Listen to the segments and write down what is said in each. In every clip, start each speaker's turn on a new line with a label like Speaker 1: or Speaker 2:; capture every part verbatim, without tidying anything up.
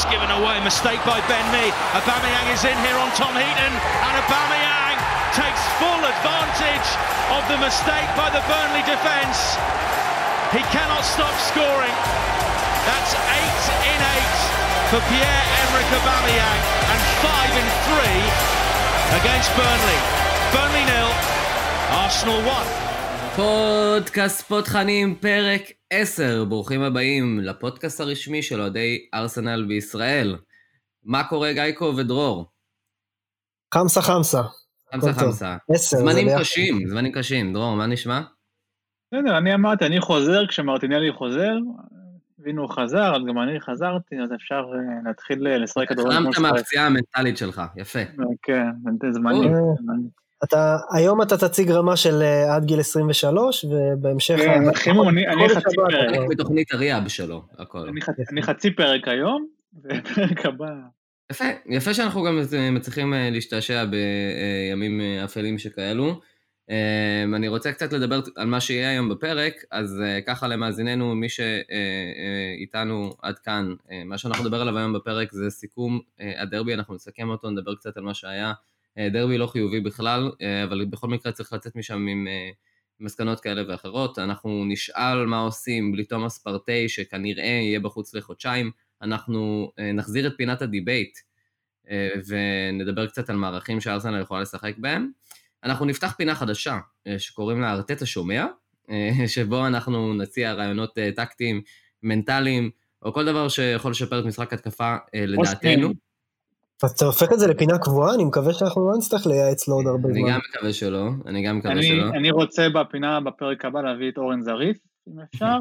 Speaker 1: given away, mistake by Ben Mee. Aubameyang is in here on Tom Heaton, and Aubameyang takes full advantage of the mistake by the Burnley defence. He cannot stop scoring. That's eight in eight for Pierre-Emerick Aubameyang, and five in three against Burnley. Burnley nil, Arsenal one.
Speaker 2: פודקאסט פותחנים פרק עשר, ברוכים הבאים לפודקאסט הרשמי של אוהדי ארסנל בישראל. מה קורה גייקו ודרור?
Speaker 3: חמסה חמסה.
Speaker 2: חמסה חמסה. זמנים קשים, זמנים קשים. דרור, מה נשמע?
Speaker 4: בסדר, אני אמרתי, אני חוזר, כשמרטינלי חוזר, והנה הוא חזר, אז גם אני חזרתי, אז אפשר להתחיל לשחק כדורגל.
Speaker 2: חלמת מהפציעה המנטלית שלך, יפה.
Speaker 4: כן, זמנים.
Speaker 3: אתה, היום אתה תציג רמה של עד גיל עשרים ושלוש, ובהמשך...
Speaker 4: כן, חימום, אני חצי פרק.
Speaker 2: אני בתוכנית הריאב שלו, הכל.
Speaker 4: אני חצי פרק היום, ופרק הבא.
Speaker 2: יפה, יפה שאנחנו גם מצליחים להשתעשע בימים אפלים שכאלו. אני רוצה קצת לדבר על מה שיהיה היום בפרק, אז ככה למאזיננו, מי שאיתנו עד כאן, מה שאנחנו נדבר עליו היום בפרק זה סיכום הדרבי, אנחנו נסכם אותו, נדבר קצת על מה שהיה, דרבי לא חיובי בכלל, אבל בכל מקרה צריך לצאת משם עם מסקנות כאלה ואחרות, אנחנו נשאל מה עושים בלי תומאס פרטי, שכנראה יהיה בחוץ לחודשיים, אנחנו נחזיר את פינת הדיבייט, ונדבר קצת על מערכים שארסנל יכולה לשחק בהם, אנחנו נפתח פינה חדשה, שקוראים לה ארטטה שומע, שבו אנחנו נציע רעיונות טקטיים, מנטליים, או כל דבר שיכול לשפר את משחק התקפה לדעתנו.
Speaker 3: אתה הופך את זה לפינה קבועה? אני מקווה שאנחנו לא נצטרך לייעץ לו עוד הרבה זמן.
Speaker 2: אני גם מקווה שלא, אני גם מקווה שלא.
Speaker 4: אני רוצה בפינה בפרק הבא להביא את אורן זריף, אם אפשר.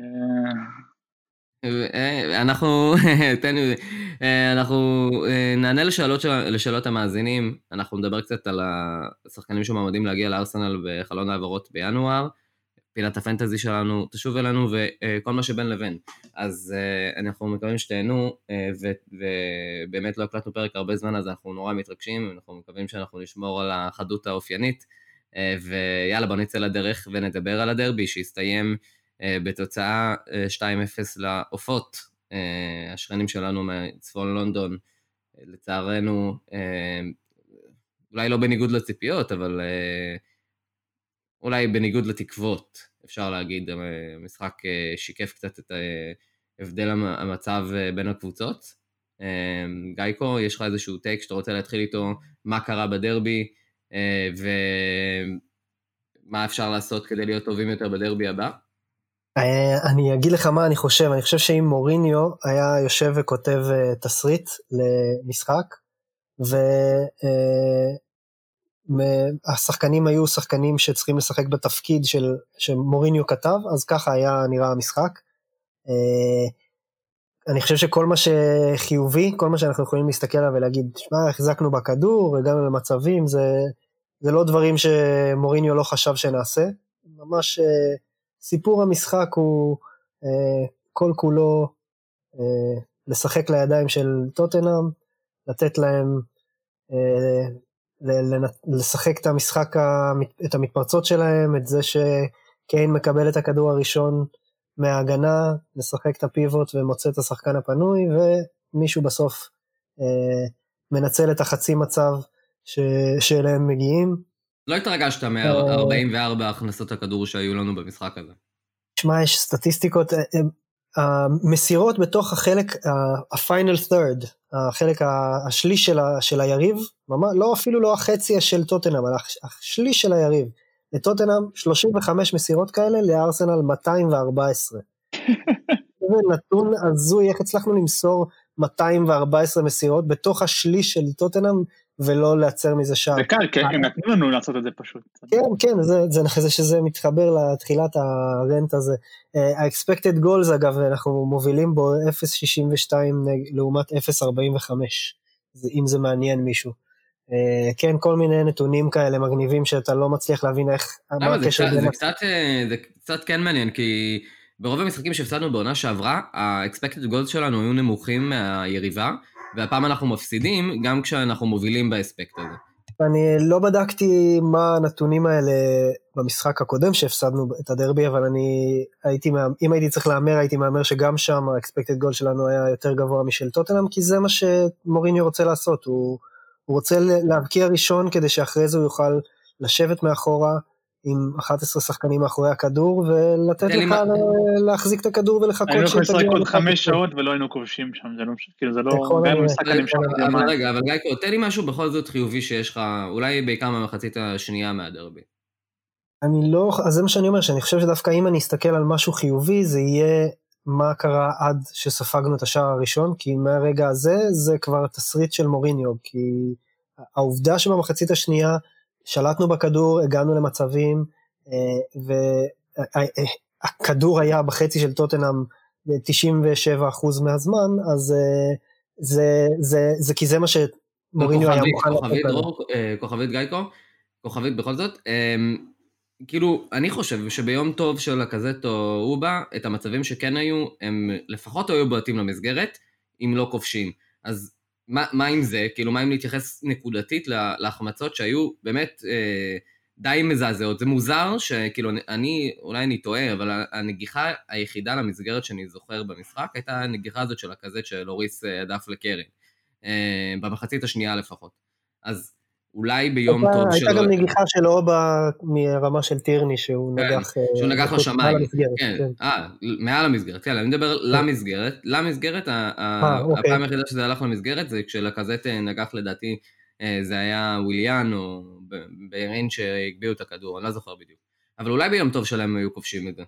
Speaker 2: אנחנו, אנחנו נענה לשאלות, לשאלות המאזינים, אנחנו נדבר קצת על השחקנים שמעמדים להגיע לארסנל בחלון העברות בינואר, פינת הפנטזי שלנו תשוב אלינו וכל מה שבין לבין, אז אנחנו מקווים שתהנו, ובאמת לא הקלטנו פרק הרבה זמן, אז אנחנו נורא מתרגשים, אנחנו מקווים שאנחנו נשמור על החדות האופיינית, ויאללה בוא נצא לדרך ונדבר על הדרבי שהסתיים בתוצאה שתיים אפס לעופות, השכנים שלנו מצפון לונדון, לצערנו, אולי לא בניגוד לציפיות, אבל אולי בניגוד לתקוות, אפשר להגיד, המשחק שיקף קצת את הבדל המצב בין הקבוצות. גייקו, יש לך איזשהו טייק שאתה רוצה להתחיל איתו, מה קרה בדרבי, ומה אפשר לעשות כדי להיות טובים יותר בדרבי הבא?
Speaker 3: אני אגיד לך מה אני חושב, אני חושב שאם מוריניו היה יושב וכותב תסריט למשחק, והשחקנים היו שחקנים שצריכים לשחק בתפקיד של, שמוריניו כתב, אז ככה היה נראה המשחק. אני חושב שכל מה שחיובי, כל מה שאנחנו יכולים להסתכל עליו ולהגיד, שמה, החזקנו בכדור, הגענו למצבים, זה, זה לא דברים שמוריניו לא חשב שנעשה, ממש... סיפור המשחק הוא אה, כל כולו אה, לשחק לידיים של טוטנהאם, לתת להם אה, לשחק את המשחק, את המתפרצות שלהם, את זה שקיין מקבל את הכדור הראשון מההגנה, לשחק את הפיבוט ומוצא את השחקן הפנוי, ומישהו בסוף אה, מנצל את החצי מצב ש, שאליהם מגיעים.
Speaker 2: לא התרגשת מ-ארבעים וארבע הכנסות הכדור שהיו לנו במשחק הזה.
Speaker 3: תשמע, יש סטטיסטיקות, המסירות בתוך החלק, ה-final third, החלק השליש של היריב, לא אפילו לא החצי של טוטנהאם, אלא השליש של היריב, לטוטנהאם שלושים וחמש מסירות כאלה, לארסנל מאתיים וארבע עשרה. זה נתון הזוי, איך הצלחנו למסור מאתיים וארבע עשרה מסירות בתוך השליש של טוטנהאם, ולא לייצר מזה שער.
Speaker 4: זה קל, כן, הם נתנו לנו לעשות את זה פשוט.
Speaker 3: כן, כן, זה, זה, זה שזה מתחבר לתחילת הרנט הזה. ה-expected goals, אגב, אנחנו מובילים בו אפס נקודה שישים ושתיים לעומת אפס נקודה ארבעים וחמש, אם זה מעניין מישהו. כן, כל מיני נתונים כאלה מגניבים שאתה לא מצליח להבין איך...
Speaker 2: זה, קצת, זה, קצת, זה קצת כן מעניין, כי ברוב המשחקים שהפסדנו בעונה שעברה, ה-expected goals שלנו היו נמוכים מהיריבה, והפעם אנחנו מפסידים גם כשאנחנו מובילים באספקט הזה.
Speaker 3: אני לא בדקתי מה הנתונים האלה במשחק הקודם שהפסדנו את הדרבי, אבל אני הייתי, אם הייתי צריך לאמר, הייתי מאמר שגם שם ה-expected goal שלנו היה יותר גבוה משל טוטנהאם, כי זה מה שמוריניו רוצה לעשות, הוא, הוא רוצה להבקיע ראשון כדי שאחרי זה הוא יוכל לשבת מאחורה עם אחת עשרה שחקנים מאחורי הכדור, ולתת לך מה... להחזיק את הכדור ולחכות
Speaker 4: שתגיע. היינו יכולים לשחק עוד חמש שעות ולא היינו כובשים שם, זה לא משנה, כאילו זה לא, גם המשחק הנמשך.
Speaker 2: אבל רגע, אבל גיא, תן לי משהו בכל זאת חיובי שיש לך, אולי בעיקר מהמחצית השנייה מהדרבי.
Speaker 3: אני לא, אז זה מה שאני אומר, שאני חושב שדווקא אם אני אסתכל על משהו חיובי, זה יהיה מה קרה עד שספגנו את השער הראשון, כי מהרגע הזה זה כבר תסריט של מוריניו, כי העובדה שבמחצית השנייה שלטנו בכדור, הגענו למצבים, והכדור היה בחצי של טוטנהאם תשעים ושבעה אחוז מהזמן, אז זה, זה, זה כי זה מה שמוריניו היה מוכן
Speaker 2: לתת לנו. כוכבית גייקו, כוכבית בכל זאת, כאילו, אני חושב שביום טוב של הקזטו אובה, את המצבים שכן היו, הם לפחות היו בועטים למסגרת, אם לא כובשים. אז מה, מה עם זה? כאילו, מה אם להתייחס נקודתית להחמצות שהיו באמת אה, די מזעזעות? זה מוזר שכאילו, אני, אולי אני טועה, אבל הנגיחה היחידה למסגרת שאני זוכר במשחק, הייתה הנגיחה הזאת של הקזט של אוריס דף לקרן, אה, במחצית השנייה לפחות. אז אולי ביום טוב שלו...
Speaker 3: הייתה גם נגיחה שלו מרמה של טירני, שהוא נגח...
Speaker 2: שהוא נגח לשמיים. כן, אה, מעל המסגרת. אני מדבר למסגרת. למסגרת, הפעם היחידה שזה הלך למסגרת, זה כשלקזט נגח לדעתי, זה היה וויליאן, או בירין שהגביעו את הכדור, אני לא זוכר בדיוק. אבל אולי ביום טוב שלהם היו כובשים את זה.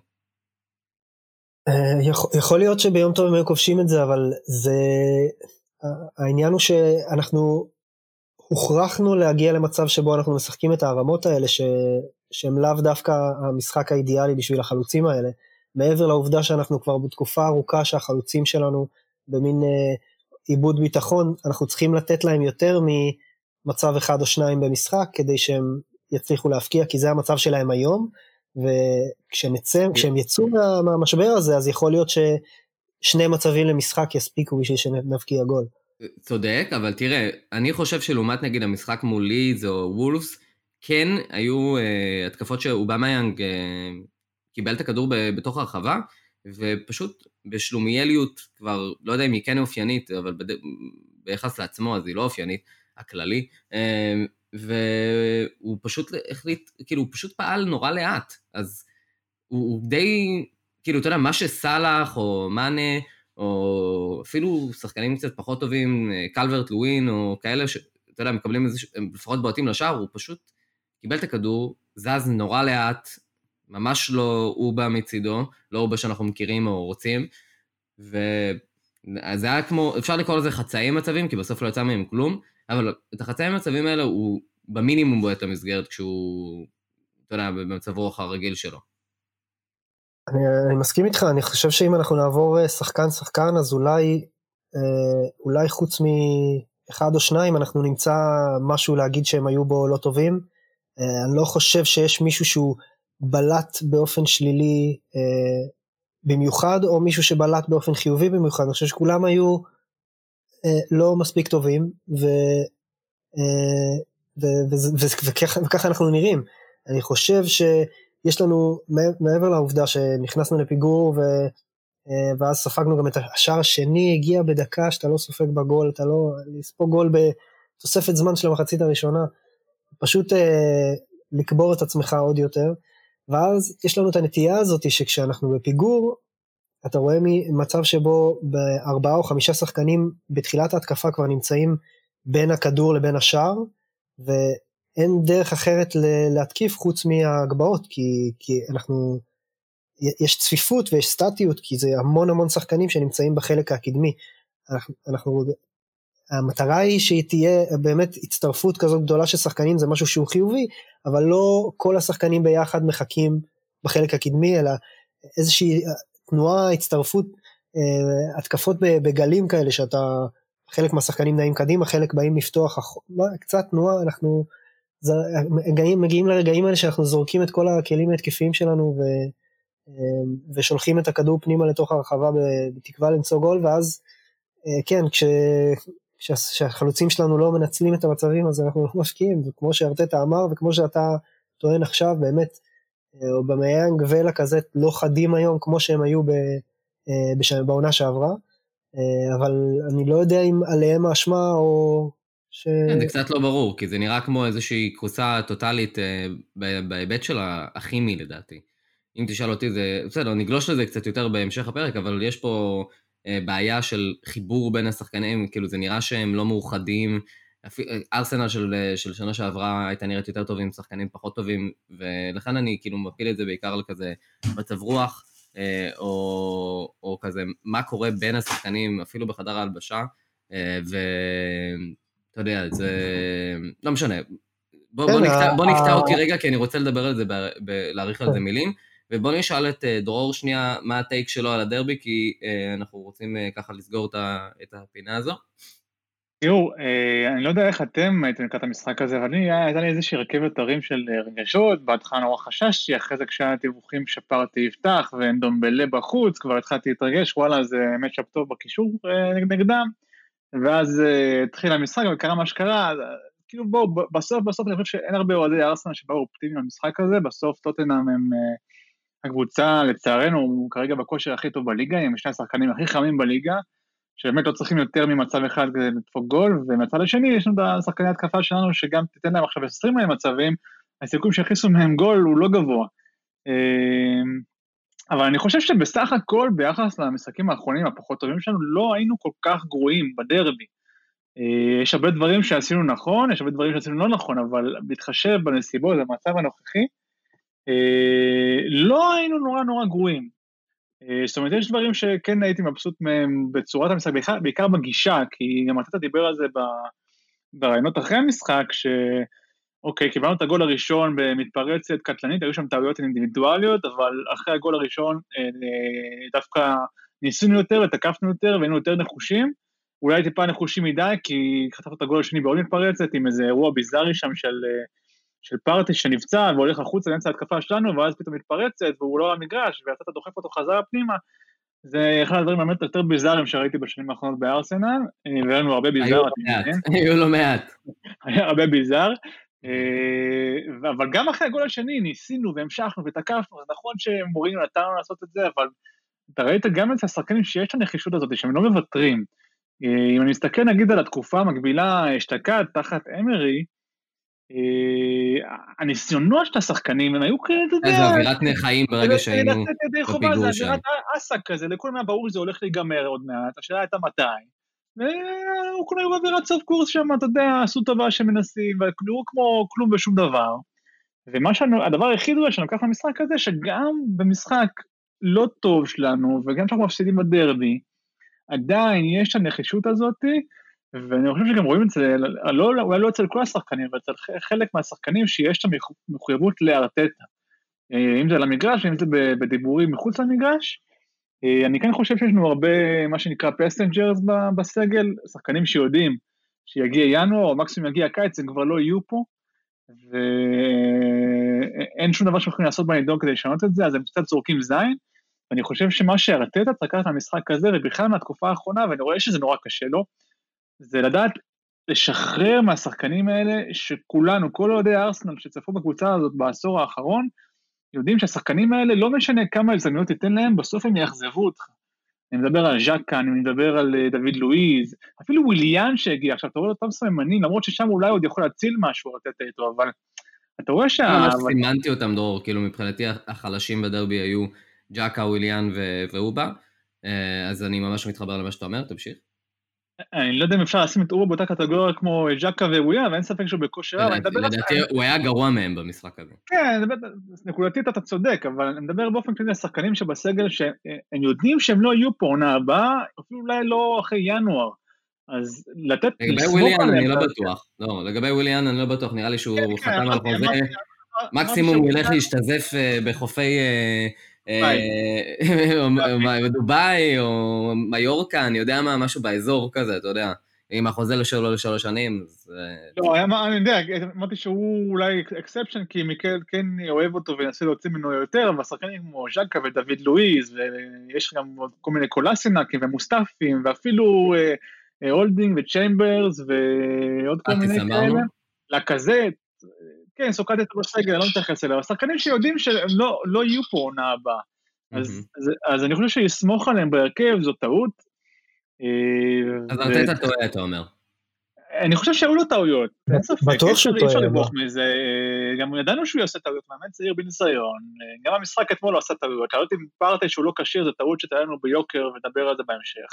Speaker 3: יכול להיות שביום טוב הם היו כובשים את זה, אבל זה... העניין הוא שאנחנו... הוכרחנו להגיע למצב שבו אנחנו משחקים את הרמות האלה, ש... שהם לאו דווקא המשחק האידיאלי בשביל החלוצים האלה, מעבר לעובדה שאנחנו כבר בתקופה ארוכה שהחלוצים שלנו במין אה, עיבוד ביטחון, אנחנו צריכים לתת להם יותר ממצב אחד או שניים במשחק, כדי שהם יצליחו להפקיע, כי זה המצב שלהם היום, וכשהם יצאו מה, מהמשבר הזה, אז יכול להיות ששני מצבים למשחק יספיקו בשביל שנבקיע גול.
Speaker 2: צודק, אבל תראה, אני חושב שלעומת נגיד המשחק מול לידס או וולפס, כן היו uh, התקפות שאובמיאנג uh, קיבל את הכדור ב- בתוך הרחבה, ופשוט בשלומיאליות כבר, לא יודע אם היא כן אופיינית, אבל בד... ביחס לעצמו, אז היא לא אופיינית, הכללי, uh, והוא פשוט החליט, כאילו הוא פשוט פעל נורא לאט, אז הוא, הוא די, כאילו אתה יודע, מה שסלח או מנה, או אפילו שחקנים קצת פחות טובים, קלברט לווין, או כאלה שאתה יודע, מקבלים איזה, הם לפחות בועטים לשער, הוא פשוט קיבל את הכדור, זז נורא לאט, ממש לא אובה מצידו, לא אובה שאנחנו מכירים או רוצים, וזה היה כמו, אפשר לקרוא לזה חצאי מצבים, כי בסוף לא יצא מהם כלום, אבל את החצאי מצבים האלה הוא במינימום בועט למסגרת, כשהוא, אתה יודע, במצב רוח הרגיל שלו.
Speaker 3: אני, אני מסכים איתך, אני חושב שאם אנחנו נעבור שחקן שחקן, אז אולי, אולי חוץ מאחד או שניים, אנחנו נמצא משהו להגיד שהם היו בו לא טובים. אני לא חושב שיש מישהו שהוא בלט באופן שלילי במיוחד, או מישהו שבלט באופן חיובי במיוחד. אני חושב שכולם היו לא מספיק טובים, ו, ו, ו, ו, וכך, וכך אנחנו נראים. אני חושב ש... יש לנו, מעבר לעובדה שנכנסנו לפיגור, ו, ואז ספגנו גם את השער השני, הגיע בדקה שאתה לא סופג בגול, אתה לא, לספוג גול בתוספת זמן של המחצית הראשונה, פשוט אה, לקבור את עצמך עוד יותר, ואז יש לנו את הנטייה הזאת, שכשאנחנו בפיגור, אתה רואה מצב שבו בארבעה או חמישה שחקנים, בתחילת ההתקפה כבר נמצאים בין הכדור לבין השער, ו... אין דרך אחרת להתקיף חוץ מהגבעות, כי, כי אנחנו, יש צפיפות ויש סטטיות, כי זה המון המון שחקנים שנמצאים בחלק הקדמי. אנחנו, אנחנו, המטרה היא שהיא תהיה באמת הצטרפות כזאת גדולה של שחקנים, זה משהו שהוא חיובי, אבל לא כל השחקנים ביחד מחכים בחלק הקדמי, אלא איזושהי תנועה, הצטרפות, התקפות בגלים כאלה, שאתה, חלק מהשחקנים נעים קדימה, חלק באים לפתוח, קצת תנועה, אנחנו, זה, מגיעים, מגיעים לרגעים האלה שאנחנו זורקים את כל הכלים ההתקפיים שלנו ו, ושולחים את הכדור פנימה לתוך הרחבה בתקווה למצוא גול, ואז כן, כש, כשהחלוצים שלנו לא מנצלים את המצבים, אז אנחנו לא משקיעים, וכמו שארטטה אמר, וכמו שאתה טוען עכשיו, באמת, אובמיאנג ולקזט לא חדים היום, כמו שהם היו בעונה שעברה, אבל אני לא יודע אם עליהם האשמה או ש...
Speaker 2: זה קצת לא ברור, כי זה נראה כמו איזושהי קבוצה טוטלית בהיבט של הכימי לדעתי. אם תשאל אותי, זה בסדר, נגלוש לזה קצת יותר בהמשך הפרק, אבל יש פה בעיה של חיבור בין השחקנים, כאילו זה נראה שהם לא מאוחדים, ארסנל של, של שנה שעברה הייתה נראית יותר טוב עם שחקנים פחות טובים, ולכן אני כאילו מפיל את זה בעיקר לכזה מצב רוח, או, או כזה מה קורה בין השחקנים, אפילו בחדר ההלבשה, ואתה יודע, זה לא משנה. בוא, בוא, נקטע, בוא נקטע אותי רגע, כי אני רוצה לדבר על זה, ב, ב, להעריך על זה מילים, ובוא נשאל את דרור שנייה מה הטייק שלו על הדרבי, כי אנחנו רוצים ככה לסגור את הפינה הזו.
Speaker 4: תראו, אני לא יודע איך אתם הייתם לקראת המשחק הזה, אבל אני, הייתה לי איזושהי רכבת הרים של רגשות, בהתחלה נורא חששתי, אחרי זה כשהיה תיווחים שפרתי יפתח, ואנדומבלה בחוץ, כבר התחלתי להתרגש, וואלה, זה מצ'אפ טוב בקישור נגדם, ואז התחיל המשחק, וקרה מה שקרה, כאילו בואו, בסוף, בסוף אני חושב שאין הרבה אוהדי ארסנל שבאו אופטימיים למשחק הזה, בסוף טוטנהאם הם הקבוצה, לצערנו, כרגע בכושר הכי טוב בליגה, הם שני השחקנים הכי חמים בליגה, שבאמת לא צריכים יותר ממצב אחד כדי לדפוק גול, ומצד השני יש לנו את השחקני התקפה שלנו, שגם תיתן להם עכשיו עשרים מהם מצבים, הסיכום שהכניסו מהם גול הוא לא גבוה. אבל אני חושב שבסך הכל, ביחס למשחקים האחרונים הפחות טובים שלנו, לא היינו כל כך גרועים בדרבי. יש הרבה דברים שעשינו נכון, יש הרבה דברים שעשינו לא נכון, אבל בהתחשב בנסיבות, במצב הנוכחי, לא היינו נורא נורא גרועים. זאת אומרת, יש דברים שכן הייתי מבסוט מהם בצורת המשחק, בעיקר, בעיקר בגישה, כי גם אתה דיבר על זה ברעיונות אחרי המשחק, שאוקיי, קיבלנו את הגול הראשון במתפרצת קטלנית, היו שם טעויות אינדיבידואליות, אבל אחרי הגול הראשון דווקא ניסינו יותר ותקפנו יותר, והיינו יותר נחושים, אולי טיפה נחושים מדי, כי חטפנו את הגול השני בעוד מתפרצת, עם איזה אירוע ביזארי שם של... של פרטי שנפצע, והולך החוצה לאמצע התקפה שלנו, ואז פתאום מתפרצת, והוא לא המגרש, ואתה דוחף אותו חזרה פנימה, זה אחד הדברים באמת יותר ביזאריים שראיתי בשנים האחרונות בארסנל, והיו לנו הרבה ביזאר.
Speaker 2: היו לא מעט.
Speaker 4: היה הרבה ביזאר, אבל גם אחרי הגול השני ניסינו והמשכנו ותקפנו, אז נכון שמורינו נתנו לעשות את זה, אבל אתה ראית גם את השחקנים שיש את הנחישות הזאת, שהם לא מוותרים. אם אני מסתכל נגיד על התקופה המקבילה אשתקד תחת אמרי, הניסיונות של השחקנים הם היו כאלה, אתה יודע,
Speaker 2: איזה אווירת חיים ברגע שהיינו בפיגור שם.
Speaker 4: זה אווירת עסק כזה, לכולם היה ברור שזה הולך להיגמר עוד מעט, השאלה הייתה מתי, וכולם היו באווירת סוף קורס שם, אתה יודע, עשו טובה שמנסים, ונראו כמו כלום ושום דבר, והדבר היחיד הוא שאני לוקח למשחק הזה, שגם במשחק לא טוב שלנו, וגם שאנחנו מפסידים בדרבי, עדיין יש את הנחישות הזאת, ואני חושב שגם רואים את זה, לא, אולי לא אצל כל השחקנים, אבל אצל חלק מהשחקנים שיש את המחויבות לארטטה. אם זה למגרש, אם זה בדיבורים מחוץ למגרש, אני כן חושב שיש לנו הרבה, מה שנקרא פסנג'רס בסגל, שחקנים שיודעים שיגיע ינואר, או מקסימום יגיע הקיץ, הם כבר לא יהיו פה, ואין שום דבר שאנחנו לעשות בנידון כדי לשנות את זה, אז הם קצת זורקים זין, ואני חושב שמה שארטטה צריך מהמשחק הזה, ובכלל מהתקופה האחרונה, ואני רואה שזה נורא קשה לו, זה לדעת לשחרר מהשחקנים האלה שכולנו, כל אוהדי ארסנל שצפו בקבוצה הזאת בעשור האחרון, יודעים שהשחקנים האלה לא משנה כמה הזדמנויות תיתן להם, בסוף הם יאכזבו אותך. אני מדבר על ז'קה, אני מדבר על דוד לואיז, אפילו וויליאן שהגיע, עכשיו אתה רואה אותם סממנים, למרות ששם אולי עוד יכול להציל משהו לתת איתו, אבל אתה רואה שה...
Speaker 2: ממש סימנתי אותם דור, כאילו מבחינתי החלשים בדרבי היו ז'קה, וויליאן ואובה, אז אני ממש מתחבר למה שאתה אומר, תמשיך.
Speaker 4: אני לא יודע אם אפשר לשים את אורו באותה קטגוריה כמו ז'קה וויה, ואין ספק שהוא בכושר רב.
Speaker 2: לדעתי הוא היה גרוע מהם במשחק הזה.
Speaker 4: כן, נקודתית אתה צודק, אבל אני מדבר באופן כללי על שחקנים שבסגל שהם יודעים שהם לא יהיו פה עונה הבאה, אפילו אולי לא אחרי ינואר. אז לתת...
Speaker 2: לגבי וויליאן אני לא בטוח. לא, לגבי וויליאן אני לא בטוח, נראה לי שהוא חתם על חוזה. מקסימום הוא ילך להשתזף בחופי... דובאי או מיורקה, אני יודע מה, משהו באזור כזה, אתה יודע, אם החוזה לשאול לו לשלוש שנים, אז...
Speaker 4: לא, אני יודע, אמרתי שהוא אולי אקספשן, כי מיקל כן אוהב אותו וינסה להוציא ממנו יותר, אבל שחקנים כמו ז'קה ודוד לואיז, ויש גם כל מיני קולאסינקים ומוסטפים, ואפילו הולדינג וצ'יימברס ועוד כל מיני כאלה. לקזט, כן, סוקאטט בסגל, אני לא מתייחס אליה, השחקנים שיודעים שהם לא, לא יהיו פה עונה הבאה. אז, אז, אז אני חושב שיסמוך עליהם בהרכב, זו טעות.
Speaker 2: אז ארטטה טועה, אתה אומר.
Speaker 4: אני חושב שהיו לו טעויות, אין ספק,
Speaker 3: בטוח שהוא טועה.
Speaker 4: אפשר לברוח מזה, גם ידענו שהוא יעשה טעויות, מאמן צעיר בניסיון, גם המשחק אתמול לא עשה טעויות, קראתי עם פרטי שהוא לא קשיר, זו טעות שתהיה לנו ביוקר, ונדבר על זה בהמשך.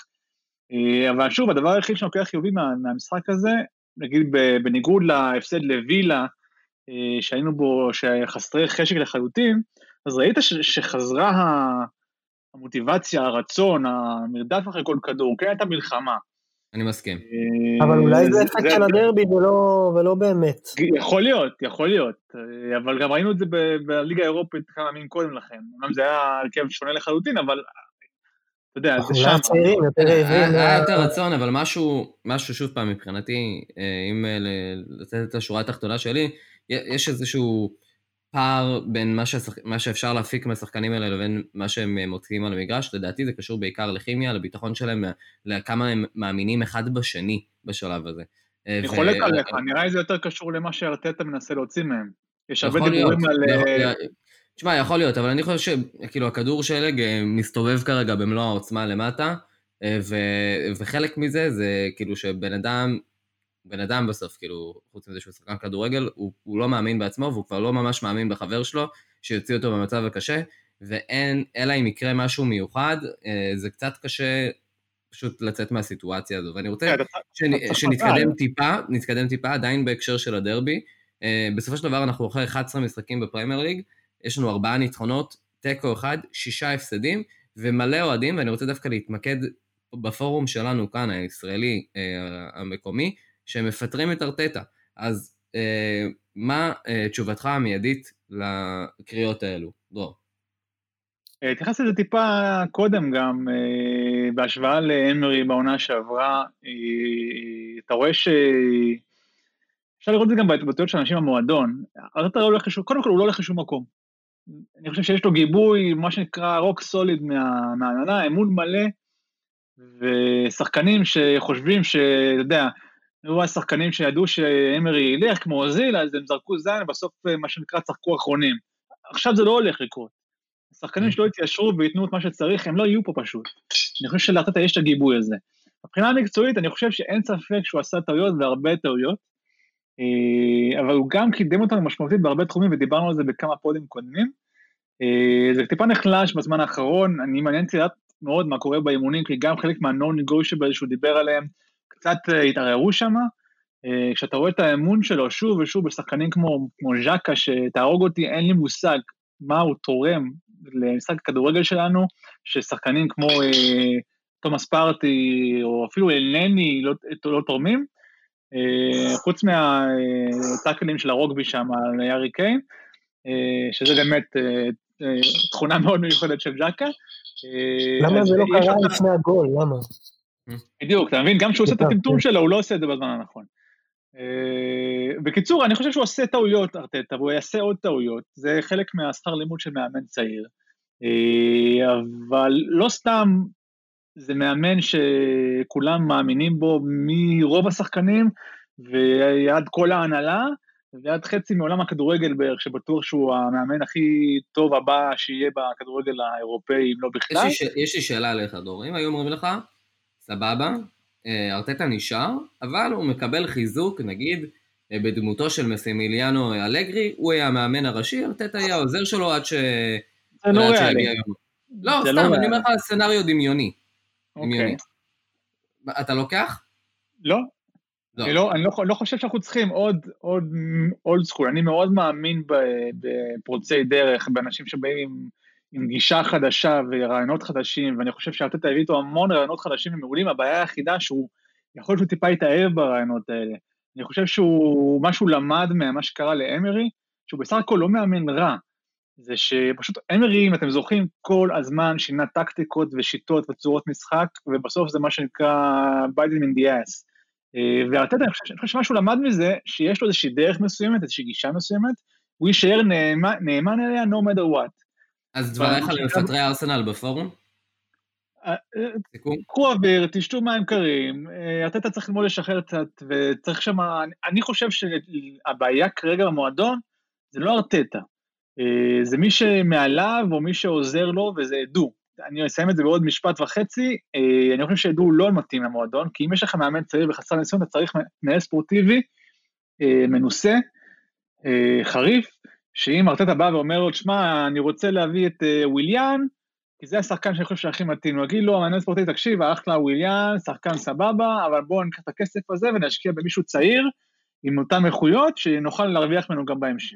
Speaker 4: אבל שוב, הדבר היחיד שנוקח חיובי מה, מהמשחק הזה, נגיד בניגוד להפסד לווילה, שהיינו בו, שחסרי חשק לחלוטין, אז ראית שחזרה המוטיבציה, הרצון, המרדף אחרי כל כדור, כן הייתה מלחמה.
Speaker 2: אני מסכים.
Speaker 3: אבל אולי זה אפקט של הדרבי ולא באמת.
Speaker 4: יכול להיות, יכול להיות, אבל גם ראינו את זה בליגה האירופית כמה ימים קודם לכן, אומנם זה היה הרכב שונה לחלוטין, אבל אתה יודע, זה שם.
Speaker 2: היה יותר רצון, אבל משהו, משהו שוב פעם מבחינתי, אם לתת את השורה התחתונה שלי, יש איזשהו פער בין מה, ששח... מה שאפשר להפיק מהשחקנים האלה לבין מה שהם מוציאים על המגרש, לדעתי זה קשור בעיקר לכימיה, לביטחון שלהם, לכמה הם מאמינים אחד בשני בשלב הזה.
Speaker 4: אני חולק עליך, נראה זה יותר קשור למה שארטטה מנסה להוציא מהם. יש הרבה דיבורים על...
Speaker 2: תשמע, יכול להיות, אבל אני חושב שכאילו הכדור שלג מסתובב כרגע במלוא העוצמה למטה, ו... וחלק מזה זה כאילו שבן אדם, בן אדם בסוף, כאילו, חוץ מזה שהוא שחקן כדורגל, הוא, הוא לא מאמין בעצמו, והוא כבר לא ממש מאמין בחבר שלו, שיוציא אותו במצב הקשה, ואין, אלא אם יקרה משהו מיוחד, זה קצת קשה פשוט לצאת מהסיטואציה הזו, ואני רוצה שנתקדם טיפה, נתקדם טיפה, עדיין בהקשר של הדרבי, בסופו של דבר אנחנו אחרי אחד עשר משחקים בפרמייר ליג, יש לנו ארבעה ניצחונות, טקו אחד, שישה הפסדים, ומלא אוהדים, ואני רוצה דווקא להתמקד בפורום שלנו כאן, הישראלי המקומי, שהם מפטרים את ארטטה. אז אה, מה אה, תשובתך המיידית לקריאות האלו? דרור.
Speaker 4: התייחס לזה טיפה קודם גם, אה, בהשוואה לאמרי בעונה שעברה, אה, אתה רואה ש... אפשר לראות את זה גם בהתבטאויות של אנשים במועדון, ארטטה לא הולך לשום, קודם כל הוא לא הולך לשום מקום. אני חושב שיש לו גיבוי, מה שנקרא רוק סוליד מה, מהעננה, אמון מלא, ושחקנים שחושבים ש... אתה יודע, היו השחקנים שידעו שאמרי ילך כמו אוזיל, אז הם זרקו זין, ובסוף מה שנקרא צחקו אחרונים. עכשיו זה לא הולך לקרות. השחקנים שלא יתיישרו ויתנו את מה שצריך, הם לא יהיו פה פשוט. אני חושב שלארטטה יש את הגיבוי הזה. מבחינה המקצועית, אני חושב שאין ספק שהוא עשה טעויות והרבה טעויות, אבל הוא גם קידם אותנו משמעותית בהרבה תחומים, ודיברנו על זה בכמה פודים קודמים. זה טיפה נחלש בזמן האחרון, אני מעניין לדעת מאוד מה קורה באימונים, כי גם חלק מה-non-negotiable שהוא דיבר עליהם, קצת התערערו שם, כשאתה רואה את האמון שלו שוב ושוב בשחקנים כמו, כמו ז'קה, שתהרוג אותי, אין לי מושג מה הוא תורם למשחק הכדורגל שלנו, ששחקנים כמו אה, תומאס פארטי, או אפילו אלנני, לא, לא תורמים, אה, חוץ מהטאקלים של הרוגבי שם על יארי קיין, אה, שזה באמת אה, אה, תכונה מאוד מיוחדת של ז'קה.
Speaker 3: אה, למה זה לא קרה לפני הגול? למה?
Speaker 4: בדיוק, אתה מבין? גם כשהוא עושה את הטמטום שלו, הוא לא עושה את זה בזמן הנכון. בקיצור, אני חושב שהוא עושה טעויות, ארטטה, והוא יעשה עוד טעויות, זה חלק מהשכר לימוד של מאמן צעיר, אבל לא סתם זה מאמן שכולם מאמינים בו מרוב השחקנים, ויד כל ההנהלה, ויד חצי מעולם הכדורגל בערך, שבטוח שהוא המאמן הכי טוב הבא שיהיה בכדורגל האירופאי, אם לא בכלל.
Speaker 2: יש לי שאלה עליך, דור, אם היו אומרים לך, סבבה, ארטטה נשאר, אבל הוא מקבל חיזוק, נגיד, בדמותו של מסמיליאנו אלגרי, הוא היה המאמן הראשי, ארטטה היה העוזר שלו עד ש...
Speaker 4: זה לא ריאלי.
Speaker 2: לא, סתם, אני אומר לך סצנריו דמיוני. דמיוני. אתה לוקח?
Speaker 4: לא. אני לא חושב שאנחנו צריכים עוד אולד סקול, אני מאוד מאמין בפורצי דרך, באנשים שבאים עם... עם גישה חדשה ורעיונות חדשים, ואני חושב שארטטה הביא איתו המון רעיונות חדשים ומעולים, הבעיה היחידה שהוא יכול שהוא טיפה יתאהב ברעיונות האלה. אני חושב שהוא, משהו למד ממה שקרה לאמרי, שהוא בסך הכל לא מאמן רע, זה שפשוט אמרי, אם אתם זוכרים, כל הזמן שינה טקטיקות ושיטות וצורות משחק, ובסוף זה מה שנקרא biting in the ass. וארטטה, אני חושב שמשהו למד מזה, שיש לו איזושהי דרך מסוימת, איזושהי גישה מסוימת, הוא יישאר נאמן, נאמן אליה no matter what.
Speaker 2: אז דבריך למפטרי ארסנל בפורום?
Speaker 4: קחו אוויר, תשתו מים קרים, ארטטה צריך ללמוד לשחרר קצת, וצריך שם, אני חושב שהבעיה כרגע במועדון, זה לא ארטטה, זה מי שמעליו או מי שעוזר לו, וזה עדו. אני אסיים את זה בעוד משפט וחצי, אני חושב שעדו לא מתאים למועדון, כי אם יש לך מאמן צעיר וחסר ניסיון, אתה צריך מנהל ספורטיבי, מנוסה, חריף, שאם ארטטה בא ואומר לו, תשמע, אני רוצה להביא את וויליאן, כי זה השחקן שאני חושב שהכי מתאים, הוא יגיד לו, המאמן ספורטיבי, תקשיב, אחלה וויליאן, שחקן סבבה, אבל בואו ניקח את הכסף הזה ונשקיע במישהו צעיר, עם אותן איכויות, שנוכל להרוויח ממנו גם בהמשך.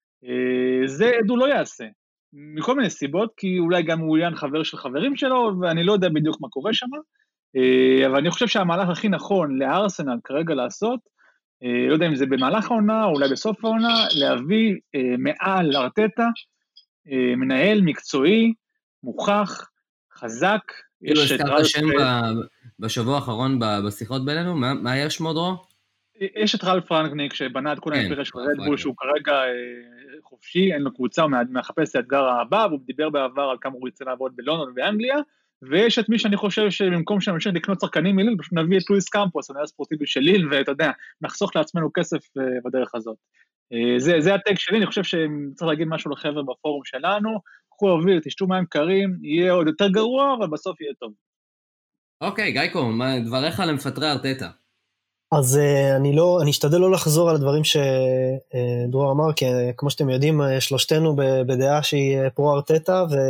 Speaker 4: זה עדו לא יעשה, מכל מיני סיבות, כי אולי גם וויליאן חבר של חברים שלו, ואני לא יודע בדיוק מה קורה שם, אבל אני חושב שהמהלך הכי נכון לארסנל כרגע לעשות, לא יודע אם זה במהלך העונה, או אולי בסוף העונה, להביא מעל ארטטה, מנהל מקצועי, מוכח, חזק.
Speaker 2: כאילו הזכרת השם בשבוע האחרון בשיחות בינינו, מה היה שמו דרור?
Speaker 4: יש את רלף רנגניק שבנה את כולם עם פרש רדבול, שהוא כרגע חופשי, אין לו קבוצה, הוא מחפש את האתגר הבא, והוא דיבר בעבר על כמה הוא יצא לעבוד בלונדון ובאנגליה, ויש את מי שאני חושב שבמקום שנמשיך לקנות שחקנים מליל, פשוט נביא את לואיס קמפוס, המנהל הספורטיבי של ליל, ואתה יודע, נחסוך לעצמנו כסף בדרך הזאת. זה, זה הטק שלי, אני חושב שצריך להגיד משהו לחבר בפורום שלנו, קחו אוויר, תשתו מים קרים, יהיה עוד יותר גרוע, אבל בסוף יהיה טוב.
Speaker 2: אוקיי, גייקו, מה דבריך למפטרי ארטטה?
Speaker 3: אז אני לא, אני אשתדל לא לחזור על הדברים שדרור אמר, כי כמו שאתם יודעים, שלושתנו בדעה שהיא פרו ארטטה, ו...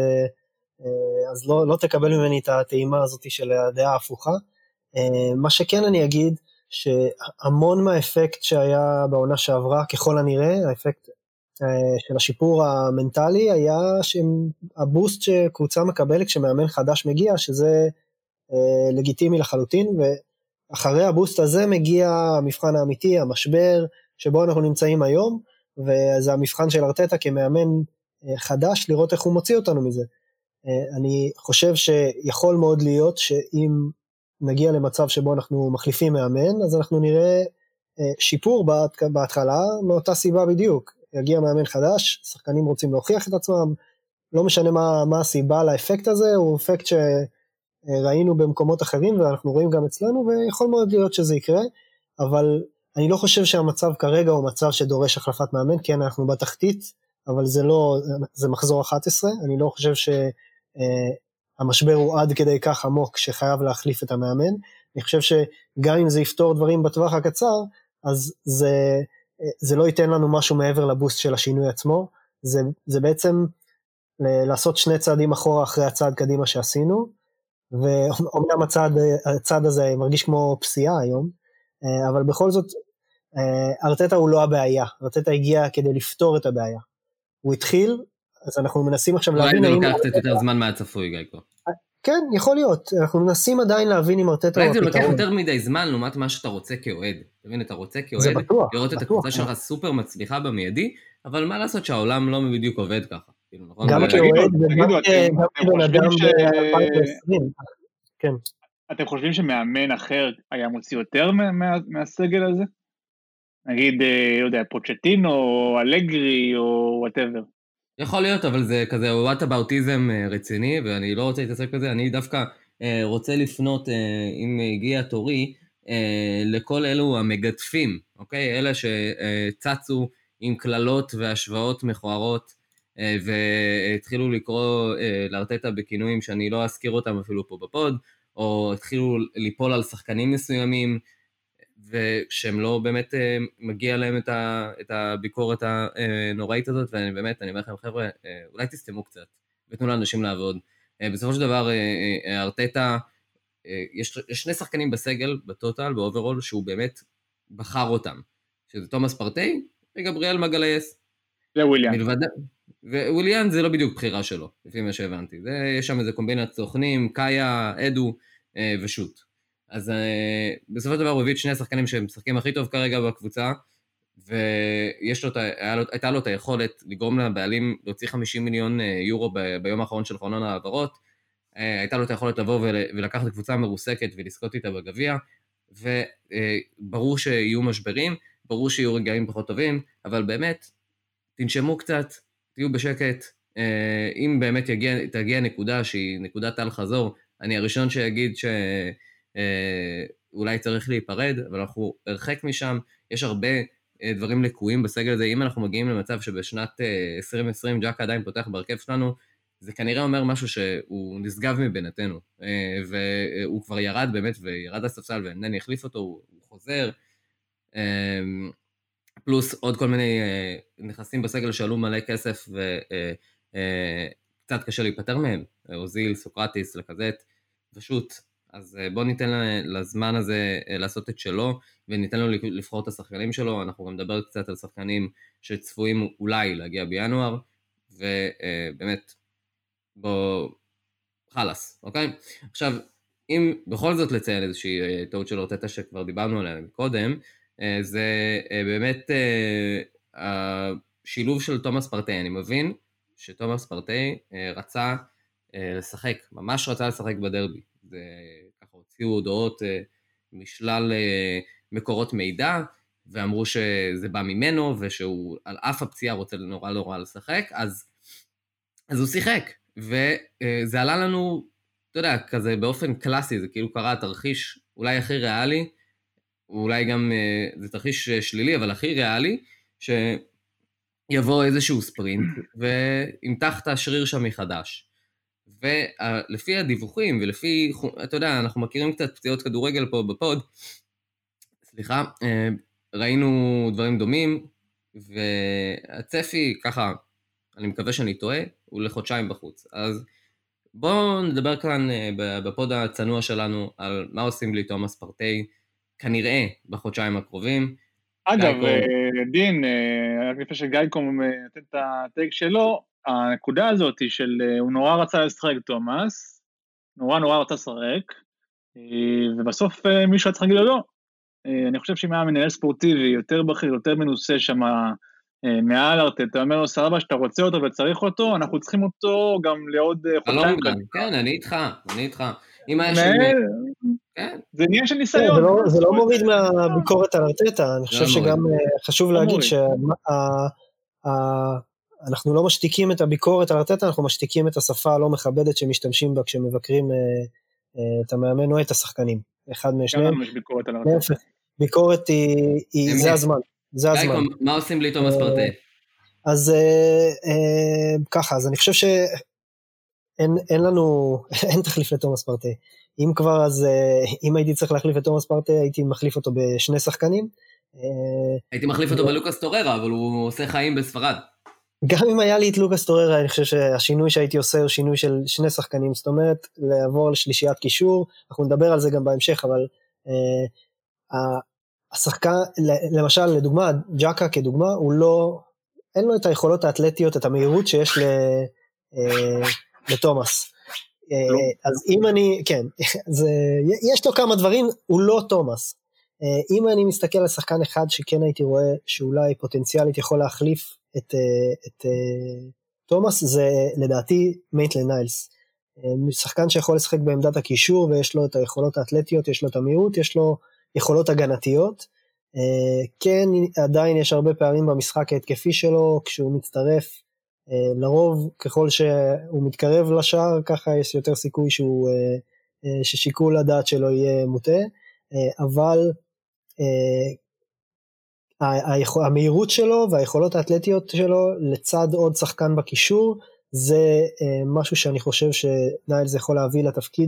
Speaker 3: אז לא, לא תקבל ממני את הטעימה הזאת של הדעה ההפוכה. מה שכן אני אגיד, שהמון מהאפקט שהיה בעונה שעברה, ככל הנראה, האפקט של השיפור המנטלי, היה שהבוסט שקבוצה מקבלת כשמאמן חדש מגיע, שזה לגיטימי לחלוטין, ואחרי הבוסט הזה מגיע המבחן האמיתי, המשבר, שבו אנחנו נמצאים היום, וזה המבחן של ארטטה כמאמן חדש, לראות איך הוא מוציא אותנו מזה. אני חושב שיכול מאוד להיות שאם נגיע למצב שבו אנחנו מחליפים מאמן, אז אנחנו נראה שיפור בהתחלה, מאותה סיבה בדיוק. יגיע מאמן חדש, שחקנים רוצים להוכיח את עצמם, לא משנה מה, מה הסיבה לאפקט הזה, הוא אפקט שראינו במקומות אחרים, ואנחנו רואים גם אצלנו, ויכול מאוד להיות שזה יקרה, אבל אני לא חושב שהמצב כרגע הוא מצב שדורש החלפת מאמן, כי אנחנו בתחתית, אבל זה לא, זה מחזור אחת עשרה, אני לא חושב ש... המשבר הוא עד כדי כך עמוק שחייב להחליף את המאמן, אני חושב שגם אם זה יפתור דברים בטווח הקצר, אז זה, זה לא ייתן לנו משהו מעבר לבוסט של השינוי עצמו, זה, זה בעצם לעשות שני צעדים אחורה אחרי הצעד קדימה שעשינו, ואומנם הצעד, הצעד הזה מרגיש כמו פסיעה היום, אבל בכל זאת, ארטטה הוא לא הבעיה, ארטטה הגיע כדי לפתור את הבעיה, הוא התחיל, אז אנחנו מנסים עכשיו להבין...
Speaker 2: אולי זה לוקח קצת יותר זמן מהצפוי, גייקו.
Speaker 3: כן, יכול להיות. אנחנו מנסים עדיין להבין אם ארטטה הוא הפתרון.
Speaker 2: אולי זה לוקח יותר מדי זמן, לעומת מה שאתה רוצה כאוהד. אתה מבין, אתה רוצה כאוהד, לראות את הקבוצה שלך סופר מצליחה במיידי, אבל מה לעשות שהעולם לא בדיוק עובד ככה.
Speaker 3: גם כאוהד וגם כבן אדם ב-אלפיים ועשרים. כן.
Speaker 4: אתם חושבים שמאמן אחר היה מוציא יותר מהסגל הזה? נגיד, לא יודע, פוצ'טינו, או אלגרי, או whatever.
Speaker 2: יכול להיות, אבל זה כזה וואטאבאוטיזם רציני, ואני לא רוצה להתעסק בזה, אני דווקא רוצה לפנות, אם הגיע תורי, לכל אלו המגדפים, אוקיי? אלה שצצו עם כללות והשוואות מכוערות, והתחילו לקרוא לארטטה בכינויים שאני לא אזכיר אותם אפילו פה בפוד, או התחילו ליפול על שחקנים מסוימים, ושהם לא באמת מגיע להם את, ה, את הביקורת הנוראית הזאת, ואני באמת, אני אומר לכם, חבר'ה, אולי תסתמו קצת, ותנו לאנשים לעבוד. בסופו של דבר, ארטטה, יש, יש שני שחקנים בסגל, בטוטל, באוברול, שהוא באמת בחר אותם, שזה תומאס פרטי וגבריאל מגלייס.
Speaker 4: זה וויליאן.
Speaker 2: מלבד... וויליאן זה לא בדיוק בחירה שלו, לפי מה שהבנתי. זה, יש שם איזה קומבינת סוכנים, קאיה, אדו ושוט. אז uh, בסופו של דבר הוא הביא את שני השחקנים שהם משחקים הכי טוב כרגע בקבוצה, ויש לו, לו, הייתה לו את היכולת לגרום לבעלים להוציא חמישים מיליון יורו ב, ביום האחרון של חלון העברות, uh, הייתה לו את היכולת לבוא ול, ולקחת קבוצה מרוסקת ולזכות איתה בגביע, וברור uh, שיהיו משברים, ברור שיהיו רגעים פחות טובים, אבל באמת, תנשמו קצת, תהיו בשקט, uh, אם באמת יגיע, תגיע נקודה שהיא נקודת על חזור, אני הראשון שיגיד שאולי צריך להיפרד, אבל אנחנו הרחק משם, יש הרבה דברים לקויים בסגל הזה, אם אנחנו מגיעים למצב שבשנת עשרים עשרים ג'קה עדיין פותח בהרכב שלנו, זה כנראה אומר משהו שהוא נשגב מבינתנו, והוא כבר ירד באמת, וירד לספסל, ואינני החליף אותו, הוא חוזר, פלוס עוד כל מיני נכסים בסגל שעלו מלא כסף, וקצת קשה להיפטר מהם, אוזיל, סוקרטיס, לקזט, פשוט, אז בואו ניתן לזמן הזה לעשות את שלו, וניתן לו לבחור את השחקנים שלו, אנחנו גם נדבר קצת על שחקנים שצפויים אולי להגיע בינואר, ובאמת, בוא, חלס, אוקיי? עכשיו, אם בכל זאת לציין איזושהי טעות של ארטטה שכבר דיברנו עליה קודם, זה באמת השילוב של תומאס פרטי. אני מבין שתומאס פרטי רצה לשחק, ממש רצה לשחק בדרבי. זה ככה הוציאו הודעות משלל מקורות מידע, ואמרו שזה בא ממנו, ושהוא על אף הפציעה רוצה נורא נורא לשחק, אז, אז הוא שיחק. וזה עלה לנו, אתה יודע, כזה באופן קלאסי, זה כאילו קרה תרחיש אולי הכי ריאלי, אולי גם, זה תרחיש שלילי, אבל הכי ריאלי, שיבוא איזשהו ספרינט, וימתח את השריר שם מחדש. ולפי הדיווחים, ולפי, אתה יודע, אנחנו מכירים קצת פציעות כדורגל פה בפוד, סליחה, ראינו דברים דומים, והצפי, ככה, אני מקווה שאני טועה, הוא לחודשיים בחוץ. אז בואו נדבר כאן בפוד הצנוע שלנו, על מה עושים בלי תומאס פרטי, כנראה בחודשיים הקרובים.
Speaker 4: אגב, דין, רק לפני שגייקום נתן את הטייק שלו, הנקודה הזאת היא של, הוא נורא רצה לשחק תומאס, נורא נורא רצה לשחק, ובסוף מישהו היה צריך להגיד לו לא. אני חושב שאם היה מנהל ספורטיבי, יותר בכיר, יותר מנוסה שם, מעל ארטטה, אתה אומר לו, סבבה, שאתה רוצה אותו וצריך אותו, אנחנו צריכים אותו גם לעוד חודשיים.
Speaker 2: כן, אני איתך, אני איתך.
Speaker 4: זה עניין של ניסיון.
Speaker 3: זה לא מוריד מהביקורת על ארטטה, אני חושב שגם חשוב להגיד שאנחנו לא משתיקים את הביקורת על ארטטה, אנחנו משתיקים את השפה הלא מכבדת שמשתמשים בה כשמבקרים את המאמן או את השחקנים. אחד משניהם. ביקורת היא, זה הזמן. זה הזמן.
Speaker 2: מה עושים בלי תומאס פרטי?
Speaker 3: אז ככה, אז אני חושב שאין לנו, אין תחליף לתומאס פרטי. אם כבר, אז אם הייתי צריך להחליף את תומאס פרטי, הייתי מחליף אותו בשני שחקנים.
Speaker 2: הייתי מחליף אותו בלוקאס טוררה, אבל הוא עושה חיים בספרד.
Speaker 3: גם אם היה לי את לוקאס טוררה, אני חושב שהשינוי שהייתי עושה הוא שינוי של שני שחקנים, זאת אומרת, לעבור לשלישיית קישור, אנחנו נדבר על זה גם בהמשך, אבל השחקן, למשל, לדוגמה, ג'קה כדוגמה, הוא לא, אין לו את היכולות האתלטיות, את המהירות שיש לתומאס. אז אם אני, כן, אז יש לו כמה דברים, הוא לא תומאס. אם אני מסתכל על שחקן אחד שכן הייתי רואה שאולי פוטנציאלית יכול להחליף את, את תומאס, זה לדעתי מייטלן ניילס. שחקן שיכול לשחק בעמדת הקישור, ויש לו את היכולות האתלטיות, יש לו את המהירות, יש לו יכולות הגנתיות. כן, עדיין יש הרבה פעמים במשחק ההתקפי שלו, כשהוא מצטרף, לרוב ככל שהוא מתקרב לשער, ככה יש יותר סיכוי שהוא, ששיקול הדעת שלו יהיה מוטה, אבל המהירות שלו והיכולות האתלטיות שלו לצד עוד שחקן בקישור, זה משהו שאני חושב שניילס יכול להביא לתפקיד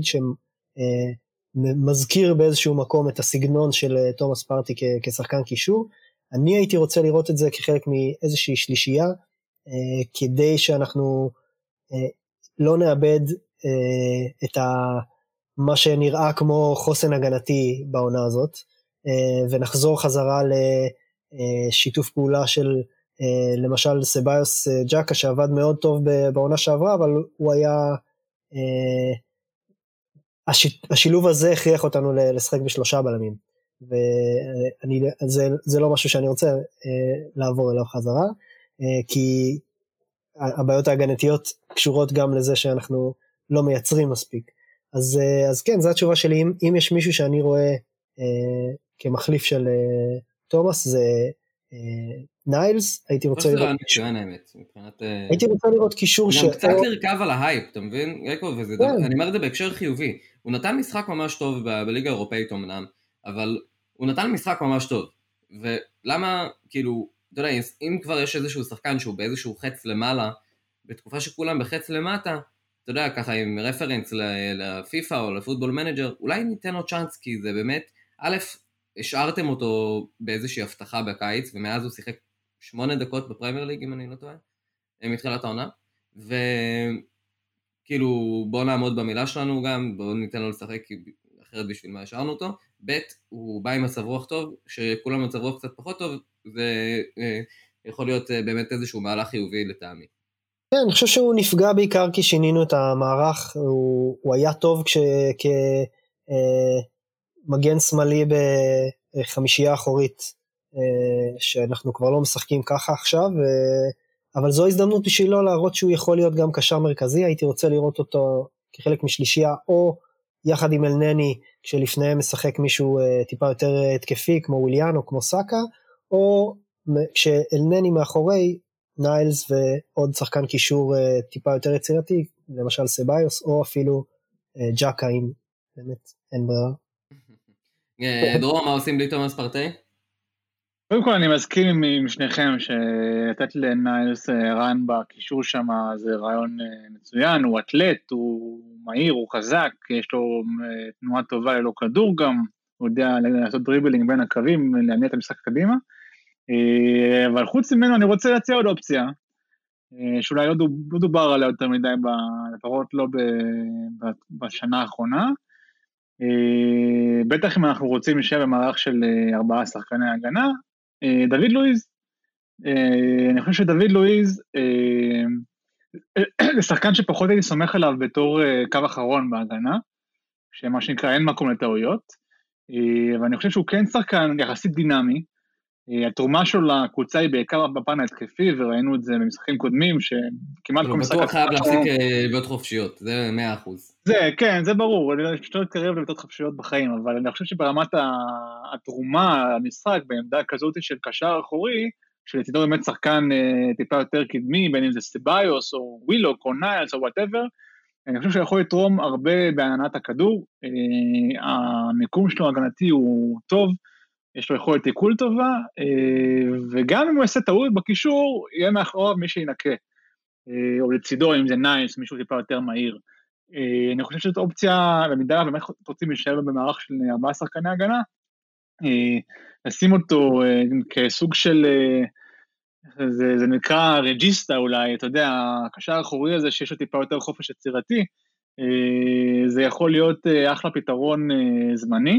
Speaker 3: שמזכיר באיזשהו מקום את הסגנון של תומאס פרטי כשחקן קישור. אני הייתי רוצה לראות את זה כחלק מאיזושהי שלישייה, כדי שאנחנו לא נאבד את מה שנראה כמו חוסן הגנתי בעונה הזאת, ונחזור חזרה לשיתוף פעולה של למשל סבאיוס ג'קה שעבד מאוד טוב בעונה שעברה, אבל הוא היה, השילוב הזה הכריח אותנו לשחק בשלושה בלמים, וזה לא משהו שאני רוצה לעבור אליו חזרה, כי הבעיות ההגנתיות קשורות גם לזה שאנחנו לא מייצרים מספיק. אז, אז כן, זו התשובה שלי. אם, אם יש מישהו שאני רואה אה, כמחליף של אה, תומאס, זה ניילס, הייתי רוצה
Speaker 2: לראות...
Speaker 3: לראות...
Speaker 2: מצוין האמת, מבחינת...
Speaker 3: הייתי רוצה לראות קישור ש...
Speaker 2: גם קצת לרכב על ההייפ, אתה מבין? אני אומר את זה בהקשר חיובי. הוא נתן משחק ממש טוב בליגה האירופאית אמנם, אבל הוא נתן משחק ממש טוב. ולמה, כאילו, אתה יודע, אם כבר יש איזשהו שחקן שהוא באיזשהו חץ למעלה, בתקופה שכולם בחץ למטה, אתה יודע, ככה עם רפרנס לפיפה או לפוטבול מנג'ר, אולי ניתן לו צ'אנס, כי זה באמת, א', השארתם אותו באיזושהי הבטחה בקיץ, ומאז הוא שיחק שמונה דקות בפרמייר ליג, אם אני לא טועה, מתחילת העונה, וכאילו בוא נעמוד במילה שלנו גם, בוא ניתן לו לשחק אחרת בשביל מה השארנו אותו, ב' הוא בא עם מצב רוח טוב, שכולם מצב רוח קצת פחות טוב, זה יכול להיות באמת איזשהו מהלך חיובי לטעמי.
Speaker 3: כן, אני חושב שהוא נפגע בעיקר כי שינינו את המערך, הוא, הוא היה טוב כמגן שמאלי בחמישייה אחורית, שאנחנו כבר לא משחקים ככה עכשיו, אבל זו הזדמנות בשבילו להראות שהוא יכול להיות גם קשר מרכזי, הייתי רוצה לראות אותו כחלק משלישייה, או יחד עם אלנני, כשלפניהם משחק מישהו טיפה יותר התקפי, כמו וויליאן או כמו סאקה, או כשאלנני מאחורי, ניילס ועוד שחקן קישור טיפה יותר יצירתי, למשל סבאיוס, או אפילו ג'קה, אם באמת אין ברירה.
Speaker 2: דרור, מה עושים בלי תומאס פרטי?
Speaker 4: קודם כל אני מסכים עם שניכם שלתת לניילס רן בקישור שם זה רעיון מצוין, הוא אתלט, הוא מהיר, הוא חזק, יש לו תנועה טובה ללא כדור גם, הוא יודע לעשות דריבלינג בין הקווים, להניע את המשחק קדימה, אבל חוץ ממנו אני רוצה להציע עוד אופציה, שאולי לא דובר עליה יותר מדי, לפחות לא בשנה האחרונה, בטח אם אנחנו רוצים לשב במערך של ארבעה שחקני הגנה, דוד לואיז, אני חושב שדוד לואיז, זה שחקן שפחות הייתי סומך עליו בתור קו אחרון בהגנה, שמה שנקרא אין מקום לטעויות, ואני חושב שהוא כן שחקן יחסית דינמי, התרומה שלו לקבוצה היא בעיקר בפן ההתקפי, וראינו את זה במשחקים קודמים, שכמעט כל משחק...
Speaker 2: הוא בטוח חייב להפסיק לבעוט חופשיות, זה מאה אחוז.
Speaker 4: זה, כן, זה ברור, אני לא אתקרב לבעוט חופשיות בחיים, אבל אני חושב שברמת התרומה, המשחק, בעמדה כזאת של קשר אחורי, שלצידו באמת שחקן טיפה יותר קדמי, בין אם זה סבאיוס, או ווילוק, או ניילס, או whatever, אני חושב שיכול לתרום הרבה בהנעת הכדור, המיקום שלו הגנתי הוא טוב, יש לו יכולת עיכול טובה, וגם אם הוא יעשה טעות בקישור, יהיה מאחוריו מי שינקה, או לצידו, אם זה נייס, מישהו טיפה יותר מהיר. אני חושב שזאת אופציה, במידה באמת רוצים להישאר במערך של ארבעה שחקני הגנה, לשים אותו כסוג של, זה, זה נקרא רג'יסטה אולי, אתה יודע, הקשר האחורי הזה שיש לו טיפה יותר חופש יצירתי, זה יכול להיות אחלה פתרון זמני,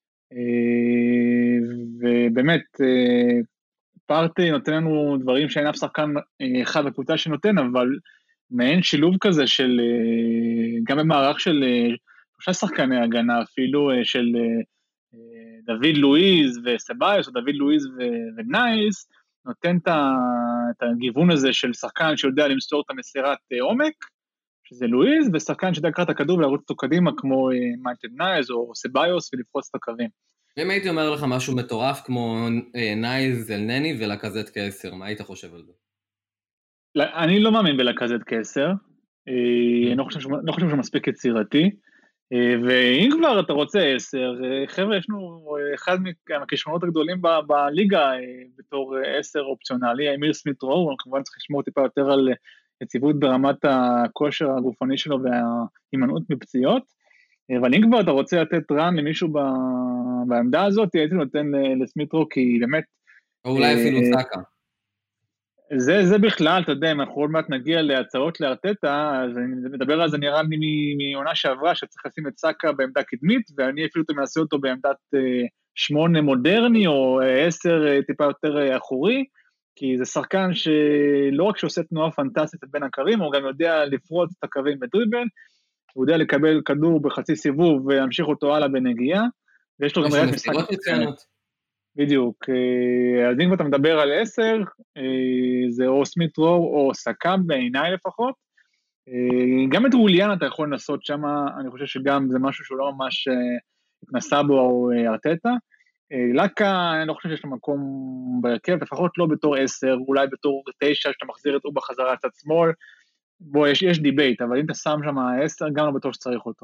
Speaker 4: ובאמת, פארטי נותן לנו דברים שאין אף שחקן אחד בקבוצה שנותן, אבל מעין שילוב כזה של, גם במערך של שלושה שחקני הגנה, אפילו של דוד לואיז וסבאיוס, או דוד לואיז ונייס, נותן את הגיוון הזה של שחקן שיודע למסור את המסירת עומק, שזה לואיז, ושחקן שיודע לקראת הכדור ולרוץ אותו קדימה, כמו מיינטד נייס או סבאיוס, ולפרוץ את הקווים.
Speaker 2: ואם הייתי אומר לך משהו מטורף, כמו נייס אלנני ולקזט כעשר, מה היית חושב על זה?
Speaker 4: אני לא מאמין בלקזט כעשר, אני לא חושב שהוא מספיק יצירתי, ואם כבר אתה רוצה עשר, חבר'ה, יש לנו אחד מהכישרונות הגדולים בליגה, בתור עשר אופציונלי, אמיר סמית רו, כמובן צריך לשמור טיפה יותר על יציבות ברמת הכושר הגופני שלו וההימנעות מפציעות, אבל אם כבר אתה רוצה לתת רן למישהו בעמדה הזאת, הייתי נותן לסמית רו, כי באמת...
Speaker 2: או אולי אפילו סאקה.
Speaker 4: זה, זה בכלל, אתה יודע, אם אנחנו עוד מעט נגיע להצעות לארטטה, אז אני מדבר על זה נראה לי מעונה שעברה, שצריך לשים את סאקה בעמדה קדמית, ואני אפילו מנסה אותו בעמדת שמונה מודרני, או עשר טיפה יותר אחורי, כי זה שחקן שלא רק שעושה תנועה פנטסטית בין הקרים, הוא גם יודע לפרוץ את הקווים בדריבל, הוא יודע לקבל כדור בחצי סיבוב, ולהמשיך אותו הלאה בנגיעה, ויש לו גם ראיית משחק מצוינת. בדיוק, אז אם אתה מדבר על עשר, זה או סמית רו או סאקה בעיניי לפחות, גם את וויליאן אתה יכול לנסות שם, אני חושב שגם זה משהו שהוא לא ממש התנסה בו או ארטטה, לקה, אני לא חושב שיש לו מקום בהרכב, לפחות לא בתור עשר, אולי בתור תשע, שאתה מחזיר את הוא בחזרה לצד שמאל, בוא, יש, יש דיבייט, אבל אם אתה שם שם עשר, גם לא בטוח שצריך אותו.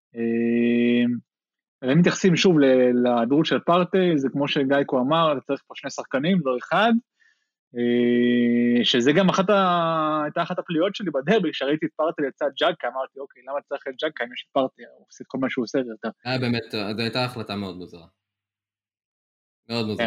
Speaker 4: והם מתייחסים שוב לדרוש של פרטי, זה כמו שגייקו אמר, אתה צריך פה שני שחקנים, לא אחד, שזה גם אחת ה... הייתה אחת הפליאות שלי בדרבי, כשראיתי את פרטי לצד ג'קה, אמרתי, אוקיי, למה צריך את ג'קה אם יש את פרטי, הוא עושה את כל מה שהוא עושה יותר.
Speaker 2: אה, באמת, זו הייתה החלטה מאוד מוזרה. מאוד מוזרה.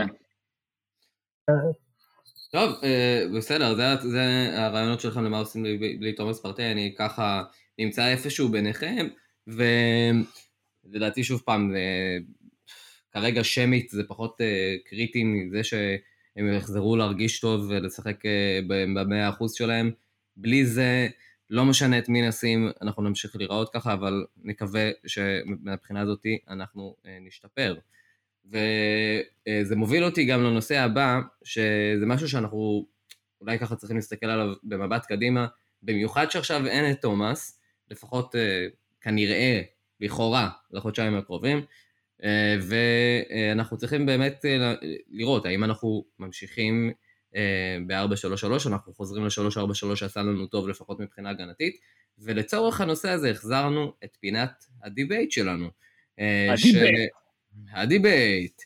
Speaker 2: טוב, בסדר, זה הרעיונות שלכם למה עושים בלי תומאס פרטי, אני ככה נמצא איפשהו ביניכם, ולדעתי שוב פעם, כרגע שמית זה פחות קריטי מזה שהם יחזרו להרגיש טוב ולשחק במאה אחוז שלהם, בלי זה לא משנה את מי נשים, אנחנו נמשיך לראות ככה, אבל נקווה שמבחינה הזאת אנחנו נשתפר. וזה מוביל אותי גם לנושא הבא, שזה משהו שאנחנו אולי ככה צריכים להסתכל עליו במבט קדימה, במיוחד שעכשיו אין את תומאס, לפחות כנראה לכאורה לחודשיים הקרובים, ואנחנו צריכים באמת לראות האם אנחנו ממשיכים ב-ארבע שלוש שלוש, אנחנו חוזרים ל-שלוש ארבע שלוש שעשה לנו טוב לפחות מבחינה הגנתית, ולצורך הנושא הזה החזרנו את פינת הדיבייט שלנו.
Speaker 4: הדיבייט.
Speaker 2: הדיבייט,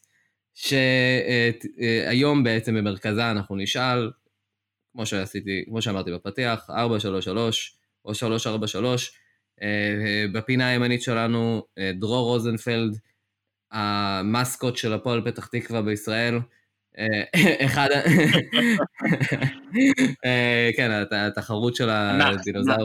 Speaker 2: שהיום בעצם במרכזה אנחנו נשאל, כמו שעשיתי, כמו שאמרתי בפתיח, ארבע שלוש שלוש או שלוש ארבע שלוש, בפינה הימנית שלנו, דרור רוזנפלד, המסקוט של הפועל פתח תקווה בישראל, אחד, כן, התחרות של הדינוזאור.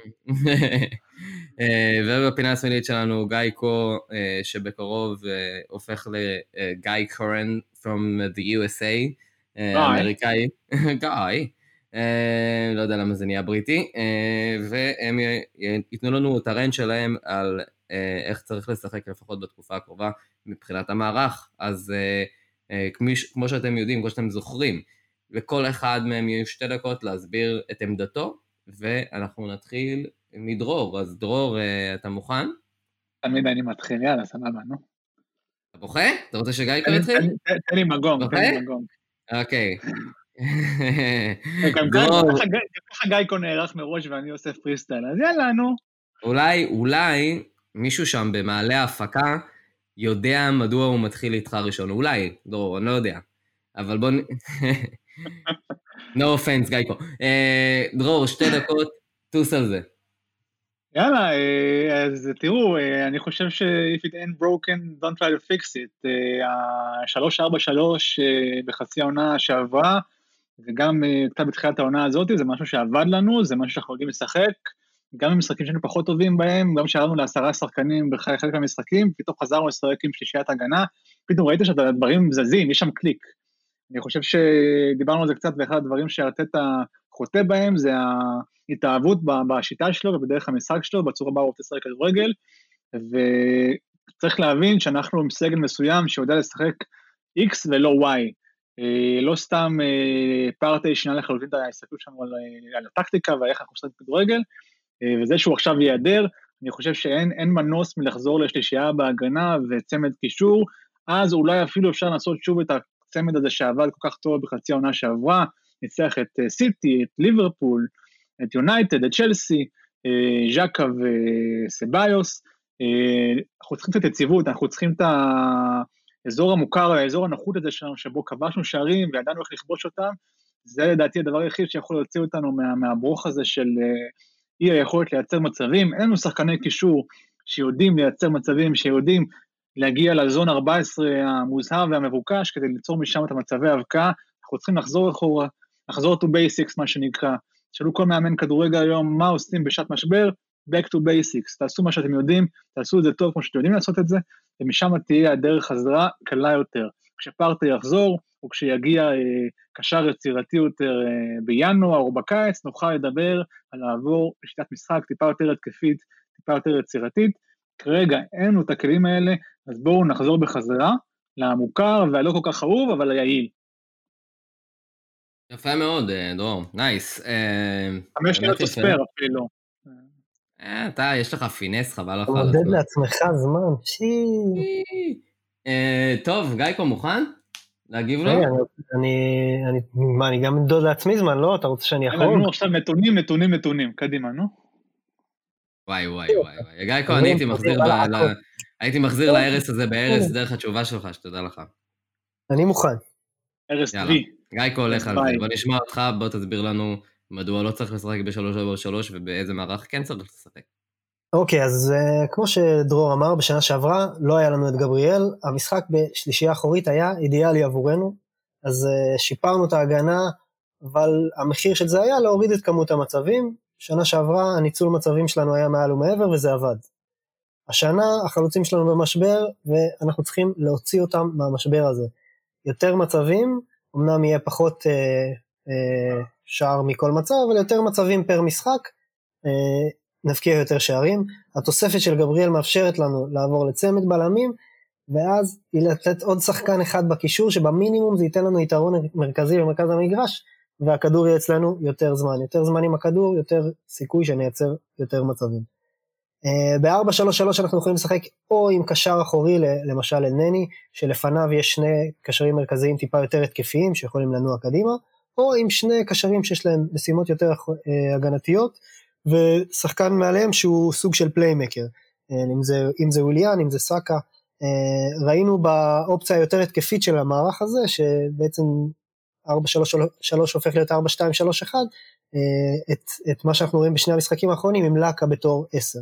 Speaker 2: ובפינה השמאלית שלנו גייקו, שבקרוב הופך לגיא קורן from the U S A, אמריקאי, גיא, לא יודע למה זה נהיה בריטי, והם ייתנו לנו את הרנט שלהם על איך צריך לשחק לפחות בתקופה הקרובה מבחינת המערך. אז כמו שאתם יודעים, כמו שאתם זוכרים, לכל אחד מהם יהיו שתי דקות להסביר את עמדתו, ואנחנו נתחיל מדרור. אז דרור, אתה מוכן?
Speaker 4: תמיד אני מתחיל, יאללה, סבבה, נו.
Speaker 2: אתה בוכה? אתה רוצה שגיא כבר יתחיל?
Speaker 4: תן לי מגום, תן לי מגום.
Speaker 2: אוקיי.
Speaker 4: ככה גייקו נערך מראש ואני עושה פריסטייל, אז יאללה, נו.
Speaker 2: אולי, אולי מישהו שם במעלה ההפקה יודע מדוע הוא מתחיל איתך ראשון. אולי, דרור, אני לא יודע. אבל בוא... no offense, גייקו. דרור, שתי דקות, טוס על זה.
Speaker 4: יאללה, אז תראו, אני חושב ש- if it ain't broken, don't try to fix it. ה-שלוש ארבע שלוש בחצי העונה שעברה, וגם קצת בתחילת העונה הזאת, זה משהו שעבד לנו, זה משהו שאנחנו יודעים לשחק, גם במשחקים שהיינו פחות טובים בהם, גם שערנו לעשרה שחקנים בחלק מהמשחקים, פתאום חזרנו לשחק עם שלישיית הגנה, פתאום ראית שהדברים זזים, יש שם קליק. אני חושב שדיברנו על זה קצת, ואחד הדברים שארטטה חוטא בהם, זה ההתאהבות בשיטה שלו, ובדרך המשחק שלו, בצורה בה הוא תשחק כדורגל, וצריך להבין שאנחנו עם סגל מסוים, שיודע לשחק X ולא Y, לא סתם פרטי שינה לחלוטין את ההסתכלות שלנו על, על הטקטיקה, ואיך אנחנו משחקים כדורגל, וזה שהוא עכשיו ייעדר, אני חושב שאין מנוס מלחזור לשלישייה בהגנה, וצמד קישור, אז אולי אפילו אפשר לעשות שוב את הצמד הזה שעבד כל כך טוב בחצי העונה שעברה, ניצח את סיטי, את ליברפול, את יונייטד, את צ'לסי, ז'קה וסביוס, אנחנו צריכים את היציבות, אנחנו צריכים את האזור המוכר, האזור הנוחות הזה שלנו, שבו כבשנו שערים וידענו איך לכבוש אותם, זה לדעתי הדבר היחיד שיכול להוציא אותנו מה, מהברוך הזה של אי היכולת לייצר מצבים, אין לנו שחקני קישור שיודעים לייצר מצבים, שיודעים להגיע לזון ארבע עשרה המוזהב והמבוקש, כדי ליצור משם את המצבי האבקה, אנחנו צריכים לחזור אחורה, לחזור to basics, מה שנקרא, שאלו כל מאמן כדורגל היום, מה עושים בשעת משבר, back to basics, תעשו מה שאתם יודעים, תעשו את זה טוב כמו שאתם יודעים לעשות את זה, ומשם תהיה הדרך חזרה קלה יותר, כשפרטי יחזור, או כשיגיע אה, קשר יצירתי יותר אה, בינואר או בקיץ, נוכל לדבר על לעבור לשיטת משחק, טיפה יותר התקפית, טיפה יותר יצירתית, כרגע אין לנו את הכלים האלה, אז בואו נחזור בחזרה, למוכר והלא כל כך אהוב, אבל היעיל.
Speaker 2: יפה מאוד, דרור, נייס.
Speaker 4: חמש שניות הספר אפילו.
Speaker 2: אתה, יש לך פינס, חבל לך.
Speaker 3: אתה מודד לעצמך זמן, שי.
Speaker 2: טוב, גייקו מוכן? להגיב לו?
Speaker 3: אני, מה, אני גם דוד לעצמי זמן, לא? אתה רוצה שאני אחרוג?
Speaker 4: נו, עכשיו נתונים, נתונים, נתונים, קדימה, נו.
Speaker 2: וואי, וואי, וואי. גייקו, אני הייתי מחזיר הייתי מחזיר להרס הזה בהרס דרך התשובה שלך, שתדע לך.
Speaker 3: אני מוכן.
Speaker 4: הרס טבי.
Speaker 2: גייקו הולך על זה, בוא נשמע אותך, בוא תסביר לנו מדוע לא צריך לשחק בשלוש ארבע שלוש ובאיזה מערך כן צריך לשחק.
Speaker 3: אוקיי, אז כמו שדרור אמר, בשנה שעברה לא היה לנו את גבריאל, המשחק בשלישייה האחורית היה אידיאלי עבורנו, אז שיפרנו את ההגנה, אבל המחיר של זה היה להוריד את כמות המצבים, שנה שעברה הניצול מצבים שלנו היה מעל ומעבר וזה עבד. השנה החלוצים שלנו במשבר, ואנחנו צריכים להוציא אותם מהמשבר הזה. יותר מצבים, אמנם יהיה פחות אה, אה, שער מכל מצב, אבל יותר מצבים פר משחק, אה, נפקיע יותר שערים. התוספת של גבריאל מאפשרת לנו לעבור לצמד בלמים, ואז היא לתת עוד שחקן אחד בקישור, שבמינימום זה ייתן לנו יתרון מרכזי במרכז המגרש, והכדור יהיה אצלנו יותר זמן. יותר זמן עם הכדור, יותר סיכוי שנייצר יותר מצבים. ב-ארבע שלוש שלוש אנחנו יכולים לשחק או עם קשר אחורי, למשל אלנני, שלפניו יש שני קשרים מרכזיים טיפה יותר התקפיים, שיכולים לנוע קדימה, או עם שני קשרים שיש להם משימות יותר הגנתיות, ושחקן מעליהם שהוא סוג של פליימקר, אם זה, אם זה וויליאן, אם זה סאקה. ראינו באופציה היותר התקפית של המערך הזה, שבעצם ארבע שלוש שלוש הופך להיות ארבע שתיים שלוש אחת, את, את מה שאנחנו רואים בשני המשחקים האחרונים, עם לקה בתור עשר.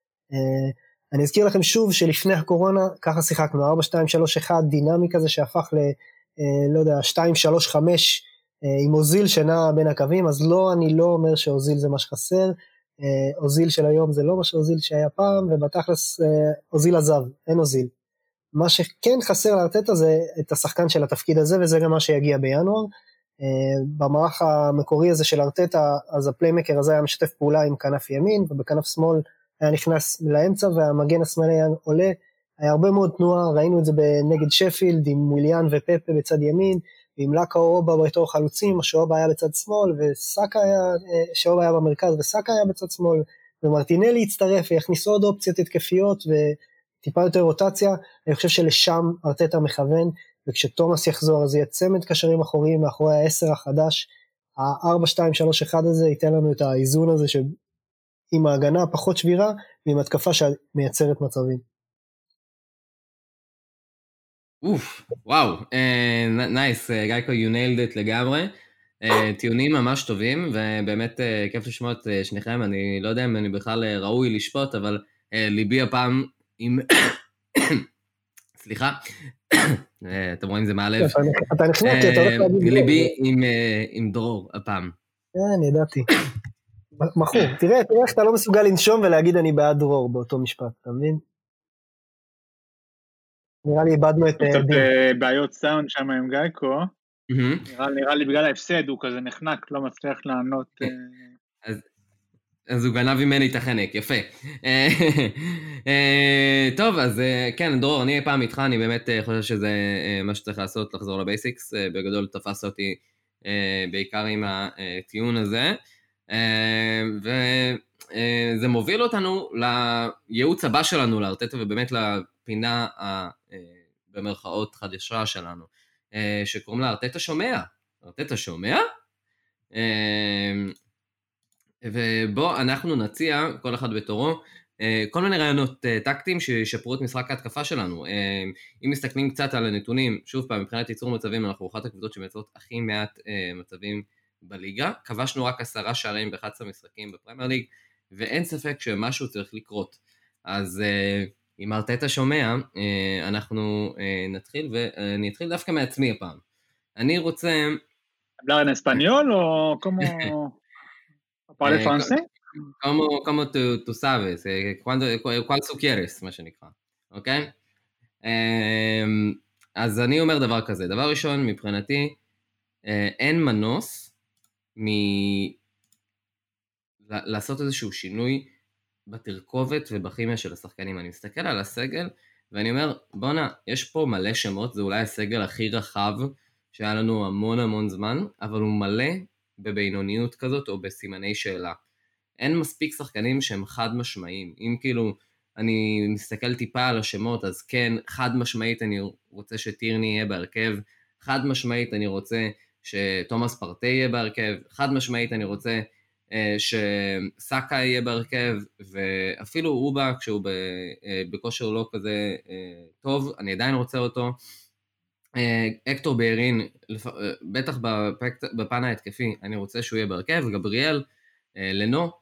Speaker 3: אני אזכיר לכם שוב שלפני הקורונה, ככה שיחקנו, ארבע שתיים שלוש אחת, דינמי כזה שהפך ל, לא יודע, שתיים שלוש חמש, עם אוזיל שנע בין הקווים, אז לא, אני לא אומר שאוזיל זה מה שחסר, אוזיל של היום זה לא מה שאוזיל שהיה פעם, ובתכלס אוזיל עזב, אין אוזיל. מה שכן חסר לארטטה זה את השחקן של התפקיד הזה, וזה גם מה שיגיע בינואר. במערך המקורי הזה של ארטטה, אז הפליימקר הזה היה משתף פעולה עם כנף ימין, ובכנף שמאל היה נכנס לאמצע, והמגן השמאלי היה עולה, היה הרבה מאוד תנועה, ראינו את זה בנגד שפילד, עם וויליאן ופפה בצד ימין, ועם לקה אורובה בתור חלוצים, שאובה היה בצד שמאל, וסאקה היה, שאובה היה במרכז, וסאקה היה בצד שמאל, ומרטינלי הצטרף, ויכניס עוד אופציות התקפיות, וטיפה יותר רוטציה. אני חושב שלשם ארטטה מכוון, וכשתומאס יחזור, אז יהיה צמד קשרים אחוריים, מאחורי העשר החדש, ה-ארבע שתיים שלוש אחת הזה, ייתן לנו את האיזון הזה, עם ההגנה פחות שבירה, ועם התקפה שמייצרת מצבים.
Speaker 2: אוף, וואו, נייס, גייקו, you nailed it לגמרי, טיעונים ממש טובים, ובאמת כיף לשמוע את שניכם, אני לא יודע אם אני בכלל ראוי לשפוט, אבל ליבי הפעם עם, סליחה, אתם רואים זה מהלב,
Speaker 3: אתה נחנק, אתה הולך להגיד,
Speaker 2: ליבי עם דרור הפעם.
Speaker 3: אני ידעתי, מחור, תראה, תראה איך אתה לא מסוגל לנשום ולהגיד אני בעד דרור באותו משפט, אתה מבין? נראה לי איבדנו את...
Speaker 4: קצת בעיות סאונד שם עם גייקו, נראה לי בגלל ההפסד, הוא כזה נחנק, לא מצליח לענות.
Speaker 2: אז הוא גנב ממני את החנק, יפה. טוב, אז כן, דרור, אני פעם איתך, אני באמת חושב שזה מה שצריך לעשות, לחזור לבייסיקס, בגדול תפס אותי בעיקר עם הטיעון הזה, וזה מוביל אותנו לייעוץ הבא שלנו, לארטטה, ובאמת לפינה במרכאות חדשה שלנו, שקוראים לה ארטטה שומע. ארטטה שומע? ובו אנחנו נציע, כל אחד בתורו, כל מיני רעיונות טקטיים שישפרו את משחק ההתקפה שלנו. אם מסתכלים קצת על הנתונים, שוב פעם, מבחינת ייצור מצבים, אנחנו אחת הקבוצות שמייצרות הכי מעט מצבים בליגה, כבשנו רק עשרה שערים ב-אחד עשר משחקים בפרמייר ליג, ואין ספק שמשהו צריך לקרות. אז אם ארטטה שומע, אנחנו נתחיל, ואני אתחיל דווקא מעצמי הפעם. אני רוצה...
Speaker 4: hablar en español o cómo parle français?
Speaker 2: Como como tú tú sabes, cuando cuál tú quieres, מה שנקרא. אוקיי? אז אני אומר דבר כזה, דבר ראשון מבחינתי, אין מנוס מ לעשות איזשהו שינוי בתרכובת ובכימיה של השחקנים. אני מסתכל על הסגל ואני אומר, בונה, יש פה מלא שמות, זה אולי הסגל הכי רחב שהיה לנו המון המון זמן, אבל הוא מלא בבינוניות כזאת או בסימני שאלה. אין מספיק שחקנים שהם חד משמעיים. אם כאילו אני מסתכל טיפה על השמות, אז כן, חד משמעית אני רוצה שטירני יהיה בהרכב, חד משמעית אני רוצה שתומאס פרטי יהיה בהרכב, חד משמעית אני רוצה שסאקה יהיה בהרכב, ואפילו אובה, כשהוא בכושר לא כזה טוב, אני עדיין רוצה אותו. אקטור ביירין, בטח בפן ההתקפי, אני רוצה שהוא יהיה בהרכב, גבריאל, לנו,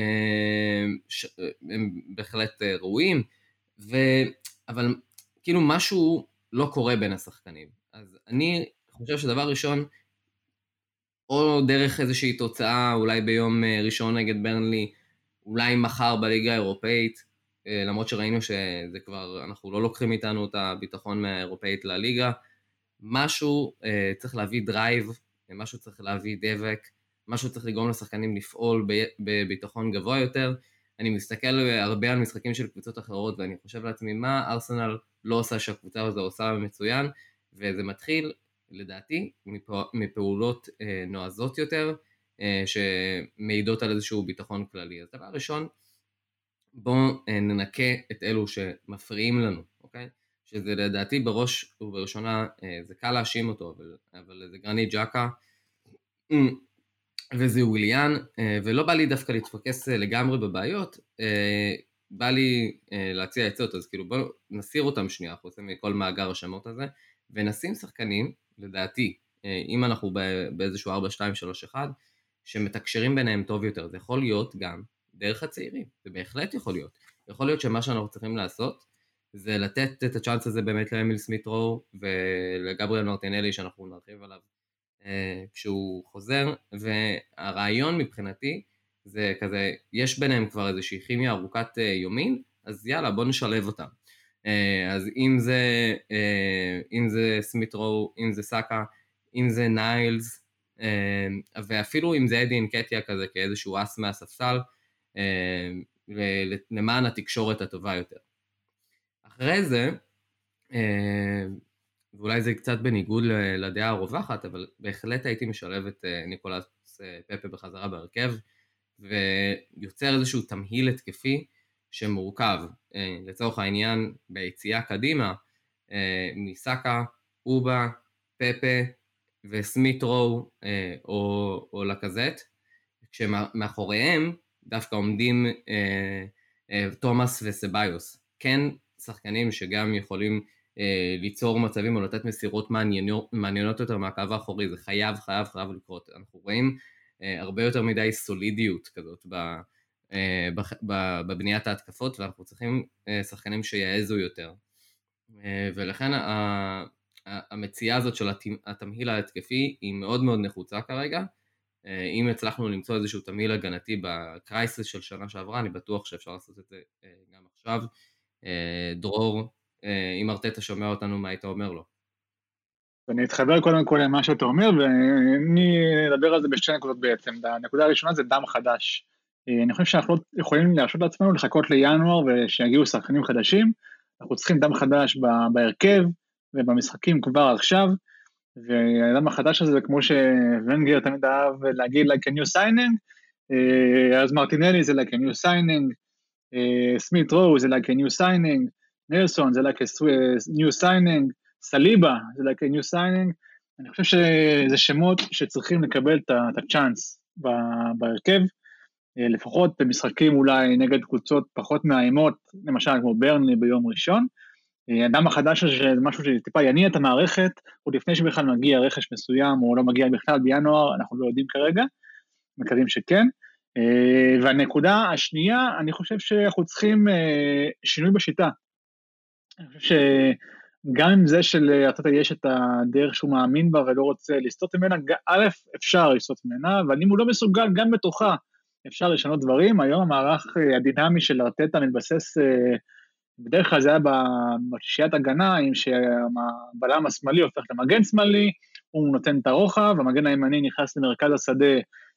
Speaker 2: הם בהחלט ראויים, אבל כאילו משהו לא קורה בין השחקנים. אז אני חושב שדבר ראשון, או דרך איזושהי תוצאה, אולי ביום ראשון נגד ברנלי, אולי מחר בליגה האירופאית, למרות שראינו שזה כבר, אנחנו לא לוקחים איתנו את הביטחון מהאירופאית לליגה, משהו צריך להביא דרייב, משהו צריך להביא דבק, משהו צריך לגרום לשחקנים לפעול בביטחון גבוה יותר. אני מסתכל הרבה על משחקים של קבוצות אחרות, ואני חושב לעצמי מה ארסנל לא עושה שהקבוצה הזו עושה מצוין, וזה מתחיל לדעתי מפעולות נועזות יותר, שמעידות על איזשהו ביטחון כללי. אז דבר ראשון, בואו ננקה את אלו שמפריעים לנו, אוקיי? שזה לדעתי בראש ובראשונה, זה קל להאשים אותו, אבל, אבל זה גרנית ג'קה, וזה וויליאן, ולא בא לי דווקא להתפקס לגמרי בבעיות, בא לי להציע עצות, אז כאילו בואו נסיר אותם שנייה, אנחנו עושים מכל מאגר השמות הזה, ונשים שחקנים, לדעתי, אם אנחנו באיזשהו ארבע שתיים שלוש אחת, שמתקשרים ביניהם טוב יותר, זה יכול להיות גם דרך הצעירים, זה בהחלט יכול להיות. יכול להיות שמה שאנחנו צריכים לעשות, זה לתת את הצ'אנס הזה באמת לאמיל סמית רו, ולגבריאל מרטינלי שאנחנו נרחיב עליו כשהוא חוזר, והרעיון מבחינתי, זה כזה, יש ביניהם כבר איזושהי כימיה ארוכת יומין, אז יאללה, בוא נשלב אותם. אז אם זה, אם זה סמית רו, אם זה סאקה, אם זה ניילס, ואפילו אם זה אדי אנקטיה כזה, כאיזשהו אס מהספסל, למען התקשורת הטובה יותר. אחרי זה, ואולי זה קצת בניגוד לדעה הרווחת, אבל בהחלט הייתי משלב את ניקולס פפה בחזרה בהרכב, ויוצר איזשהו תמהיל התקפי שמורכב, לצורך העניין ביציאה קדימה, מסאקה, אובה, פפה וסמית רו או, או לקזט, כשמאחוריהם דווקא עומדים תומאס וסביוס. כן שחקנים שגם יכולים ליצור מצבים או לתת מסירות מעניינות, מעניינות יותר מהקו האחורי, זה חייב, חייב, חייב לקרות. אנחנו רואים הרבה יותר מדי סולידיות כזאת בבניית ההתקפות, ואנחנו צריכים שחקנים שיעזו יותר. ולכן המציאה הזאת של התמהיל ההתקפי היא מאוד מאוד נחוצה כרגע. אם הצלחנו למצוא איזשהו תמהיל הגנתי בקרייסיס של שנה שעברה, אני בטוח שאפשר לעשות את זה גם עכשיו. דרור, אם ארטטה שומע אותנו, מה היית אומר לו?
Speaker 4: אני אתחבר קודם כל למה שאתה אומר, ואני אדבר על זה בשתי נקודות בעצם. הנקודה הראשונה זה דם חדש. אני חושב שאנחנו יכולים להרשות לעצמנו לחכות לינואר ושיגיעו שחקנים חדשים, אנחנו צריכים דם חדש בהרכב ובמשחקים כבר עכשיו, והדם החדש הזה, כמו שוונגר תמיד אהב להגיד like a new signing, אז מרטינלי זה like a new signing, סמית רו זה like a new signing, נלסון זה like a new signing, סליבה זה like a new signing. אני חושב שזה שמות שצריכים לקבל את הצ'אנס בהרכב, לפחות במשחקים אולי נגד קבוצות פחות מאיימות, למשל כמו ברנלי ביום ראשון. האדם החדש הזה זה משהו שטיפה יניע את המערכת, עוד לפני שבכלל מגיע רכש מסוים או לא מגיע בכלל בינואר, אנחנו לא יודעים כרגע, מקווים שכן. והנקודה השנייה, אני חושב שאנחנו צריכים שינוי בשיטה. אני חושב שגם עם זה שלארטטה יש את הדרך שהוא מאמין בה ולא רוצה לסטות ממנה, א' אפשר לסטות ממנה, אבל אם הוא לא מסוגל גם בתוכה, אפשר לשנות דברים. היום המערך הדינמי של ארטטה מתבסס, בדרך כלל זה היה בשישיית הגנה, עם שהבלם השמאלי הופך למגן שמאלי, הוא נותן את הרוחב, המגן הימני נכנס למרכז השדה,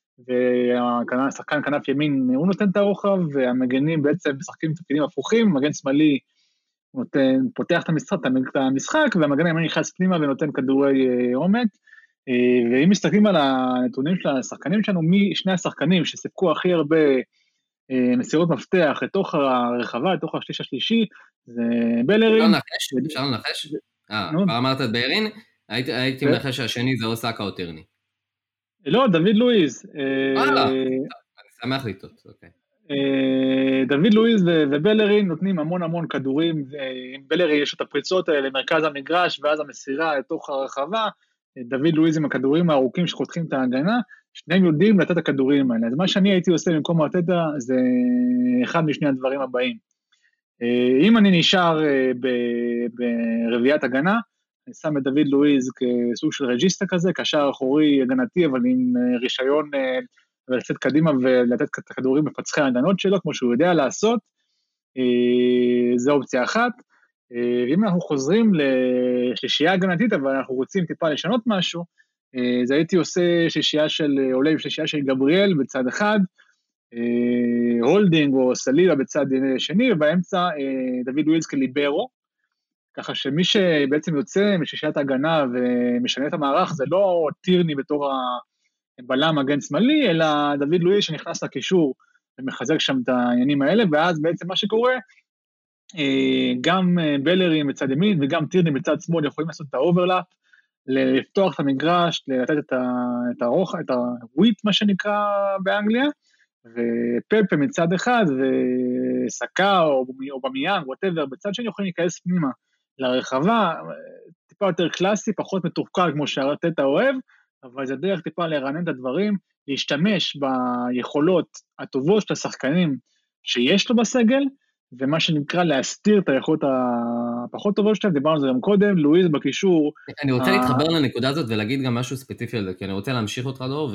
Speaker 4: והשחקן כנף ימין הוא נותן את הרוחב, והמגנים בעצם משחקים תפקידים הפוכים, מגן שמאלי נותן, פותח את המשחק, את המשחק, והמגן הימני נכנס פנימה ונותן כדורי עומק. ואם מסתכלים על הנתונים של השחקנים שלנו, מי שני השחקנים שסיפקו הכי הרבה מסירות מפתח לתוך הרחבה, לתוך השליש השלישי, זה בלרין.
Speaker 2: אפשר לנחש? אפשר לנחש? אה, כבר אמרת את ביירין? הייתי מנחש שהשני זה או סאקה או טירני.
Speaker 4: לא, דוד לואיז.
Speaker 2: וואלה, אני שמח לטעות, אוקיי.
Speaker 4: דוד לואיז ובלרין נותנים המון המון כדורים, בלרין יש את הפריצות האלה, מרכז המגרש, ואז המסירה לתוך הרחבה, דוד לואיז עם הכדורים הארוכים שחותכים את ההגנה, שניהם יודעים לתת את הכדורים האלה. אז מה שאני הייתי עושה במקום ארטטה, זה אחד משני הדברים הבאים. אם אני נשאר ברביעיית הגנה, אני שם את דוד לואיז כסוג של רג'יסטה כזה, קשר אחורי הגנתי, אבל עם רישיון ולצאת קדימה ולתת את הכדורים בפצחי ההגנות שלו, כמו שהוא יודע לעשות, זו אופציה אחת. ואם אנחנו חוזרים לשלישייה הגנתית, אבל אנחנו רוצים טיפה לשנות משהו, אז הייתי עושה שלישייה של, עולה עם שלישייה של גבריאל בצד אחד, הולדינג או סליבה בצד שני, ובאמצע דוד לואיז כליברו, ככה שמי שבעצם יוצא משלישיית ההגנה ומשנה את המערך, זה לא טירני בתור הבלם מגן שמאלי, אלא דוד לואיז שנכנס לקישור ומחזק שם את העניינים האלה, ואז בעצם מה שקורה, גם בלרים בצד ימין וגם טירני בצד שמאל יכולים לעשות את האוברלאפ, לפתוח את המגרש, לתת את, את הרוח, את הוויט מה שנקרא באנגליה, ופלפה מצד אחד, וסקה או, או במיאנג, whatever, בצד שני יכולים להיכנס פנימה לרחבה, טיפה יותר קלאסי, פחות מתוחכם כמו שארטטה אוהב, אבל זה דרך טיפה לרענן את הדברים, להשתמש ביכולות הטובות של השחקנים שיש לו בסגל, ומה שנקרא להסתיר את היכולות הפחות טובות שלהם, דיברנו על זה גם קודם, לואיז בקישור.
Speaker 2: אני רוצה להתחבר לנקודה הזאת ולהגיד גם משהו ספציפי על זה, כי אני רוצה להמשיך אותך דור,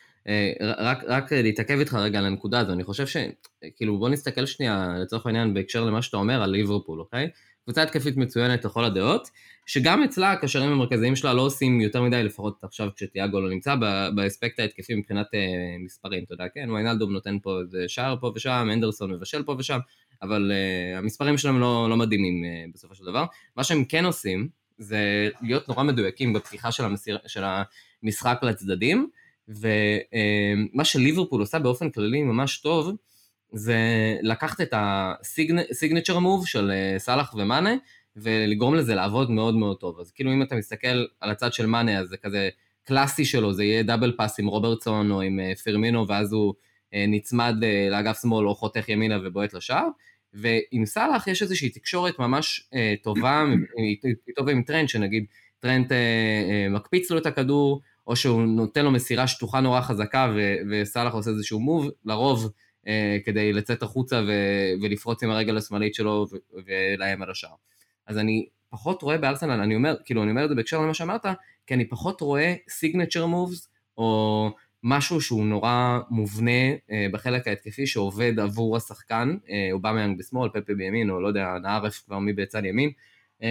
Speaker 2: ורק להתעכב איתך רגע על הנקודה הזו, אני חושב שכאילו בוא נסתכל שנייה לצורך העניין בהקשר למה שאתה אומר על ליברפול, אוקיי? קבוצה התקפית מצוינת לכל הדעות, שגם אצלה הקשרים המרכזיים שלה לא עושים יותר מדי, לפחות עכשיו כשתיאגו לא נמצא, באספקט ההתקפי מבחינת מספרים, אתה יודע, כן? ויינלדום נותן פה שער פה ושם, אנדרסון מבשל פה ושם, אבל uh, המספרים שלהם לא, לא מדהימים uh, בסופו של דבר. מה שהם כן עושים, זה להיות נורא מדויקים בפתיחה של, המסיר, של המשחק לצדדים, ומה uh, שליברפול עושה באופן כללי ממש טוב, זה לקחת את הסיגנצ'ר מוב של uh, סלאח ומאנה, ולגרום לזה לעבוד מאוד מאוד טוב. אז כאילו אם אתה מסתכל על הצד של מאנה, אז זה כזה קלאסי שלו, זה יהיה דאבל פאס עם רוברטסון או עם uh, פירמינו, ואז הוא נצמד לאגף שמאל או חותך ימינה ובועט לשער, ועם סלאח יש איזושהי תקשורת ממש טובה, טובה עם טרנט, שנגיד טרנט מקפיץ לו את הכדור, או שהוא נותן לו מסירה שטוחה נורא חזקה, וסלאח עושה איזשהו מוב, לרוב כדי לצאת החוצה ולפרוץ עם הרגל השמאלית שלו ולהם על השער. אז אני פחות רואה בארסנל, אני אומר, כאילו אני אומר את זה בהקשר למה שאמרת, כי אני פחות רואה signature moves, או משהו שהוא נורא מובנה אה, בחלק ההתקפי שעובד עבור השחקן, אה, אובמיאנג בשמאל, פפה בימין, או לא יודע, נערף כבר מי בצד ימין, אה,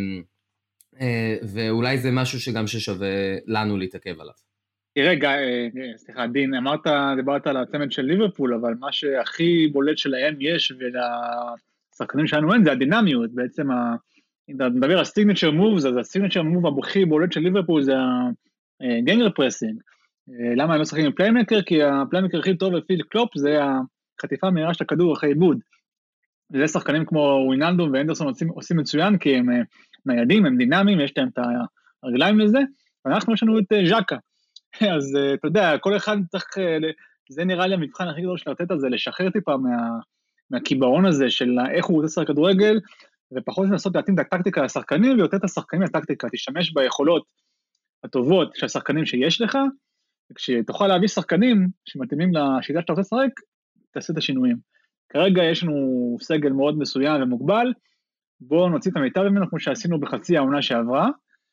Speaker 2: אה, ואולי זה משהו שגם ששווה לנו להתעכב עליו.
Speaker 4: רגע, אה, סליחה, דין, אמרת, דיברת על הצמד של ליברפול, אבל מה שהכי בולט שלהם יש, ולשחקנים שלנו אין, זה הדינמיות, בעצם, ה... אם אתה מדבר על signature moves, אז ה-signature move הכי בולט של ליברפול זה הגנגר פרסינג, למה הם לא שחקים עם פליימקר? כי הפליימקר הכי טוב לפיל קלופ זה החטיפה מהירה של הכדור אחרי עיבוד. וזה שחקנים כמו ווינלדום ואנדרסון עושים, עושים מצוין, כי הם ניידים, הם דינמיים, יש להם את הרגליים לזה, ואנחנו יש לנו את ז'קה. אז אתה יודע, כל אחד צריך, זה נראה לי המבחן הכי גדול של לתת הזה, לשחרר טיפה מה, מהקיבעון הזה של איך הוא רוצה לשחק כדורגל, ופחות לנסות להתאים את הטקטיקה לשחקנים, ויותר את השחקנים לטקטיקה, תשתמש ביכולות הטובות של השחקנים שיש לך, וכשתוכל להביא שחקנים שמתאימים לשיטה שאתה רוצה לשחק, תעשה את השינויים. כרגע יש לנו סגל מאוד מסוים ומוגבל, בואו נוציא את המיטב ממנו כמו שעשינו בחצי העונה שעברה,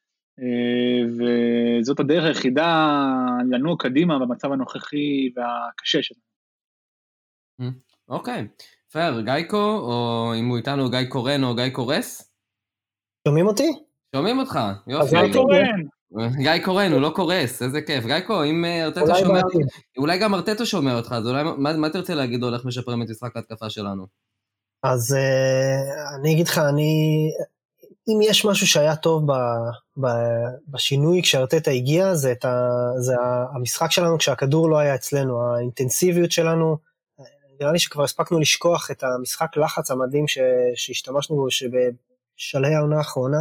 Speaker 4: וזאת הדרך היחידה לנוע קדימה במצב הנוכחי והקשה שלנו.
Speaker 2: אוקיי, פייר, גייקו, או אם הוא איתנו גיא קורן או גיא קורס?
Speaker 3: שומעים אותי?
Speaker 2: שומעים אותך, יופי.
Speaker 4: גיא קורן.
Speaker 2: גיא קורן, הוא לא קורס, איזה כיף. גייקו, אם ארטטו שומע, אולי גם ארטטו שומע אותך, אז אולי, מה, מה תרצה להגיד או הולך משפרים את משחק ההתקפה שלנו?
Speaker 3: אז אני אגיד לך, אני, אם יש משהו שהיה טוב ב, ב, בשינוי כשארטטה הגיע, זה, את ה, זה המשחק שלנו כשהכדור לא היה אצלנו, האינטנסיביות שלנו, אני נראה לי שכבר הספקנו לשכוח את המשחק לחץ המדהים שהשתמשנו בו, שבשלהי העונה האחרונה,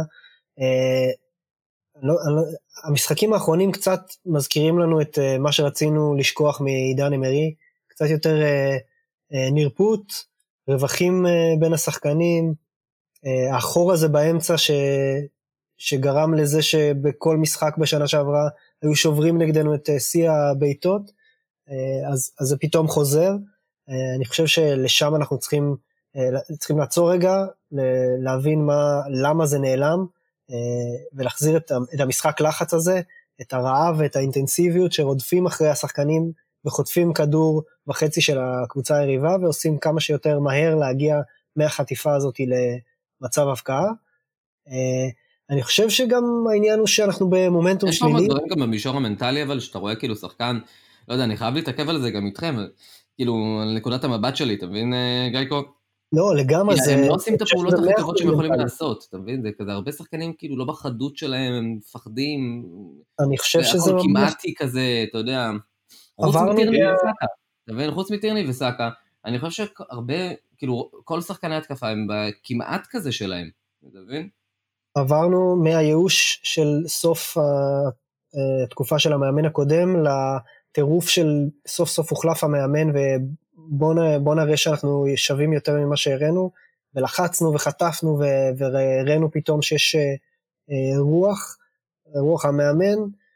Speaker 3: לא, לא, המשחקים האחרונים קצת מזכירים לנו את uh, מה שרצינו לשכוח מעידן אמרי, קצת יותר uh, uh, נרפות, רווחים uh, בין השחקנים, uh, האחור הזה באמצע ש, שגרם לזה שבכל משחק בשנה שעברה היו שוברים נגדנו את uh, שיא הביתות, uh, אז, אז זה פתאום חוזר, uh, אני חושב שלשם אנחנו צריכים, uh, צריכים לעצור רגע, להבין מה, למה זה נעלם, ולהחזיר את המשחק לחץ הזה, את הרעב ואת האינטנסיביות שרודפים אחרי השחקנים וחוטפים כדור בחצי של הקבוצה היריבה, ועושים כמה שיותר מהר להגיע מהחטיפה הזאת למצב הפקעה. אני חושב שגם העניין הוא שאנחנו במומנטום שלילי.
Speaker 2: יש פה דברים גם במישור המנטלי, אבל שאתה רואה כאילו שחקן, לא יודע, אני חייב להתעכב על זה גם איתכם, כאילו על נקודת המבט שלי, אתה מבין גייקו?
Speaker 3: לא, לגמרי זה...
Speaker 2: הם לא עושים את הפעולות הכי טובות שהם יכולים לעשות, אתה מבין? זה כזה, הרבה שחקנים כאילו לא בחדות שלהם, הם מפחדים.
Speaker 3: אני חושב שזה...
Speaker 2: הכל כמעטי כזה, אתה יודע, חוץ מטירני וסאקה, אתה מבין? חוץ מטירני וסאקה, אני חושב שהרבה, כאילו, כל שחקני התקפה הם בכמעט כזה שלהם, אתה מבין?
Speaker 3: עברנו מהייאוש של סוף התקופה של המאמן הקודם, לטירוף של סוף סוף הוחלף המאמן ו... בוא נראה שאנחנו שווים יותר ממה שהראינו, ולחצנו וחטפנו וראינו פתאום שיש רוח, רוח המאמן,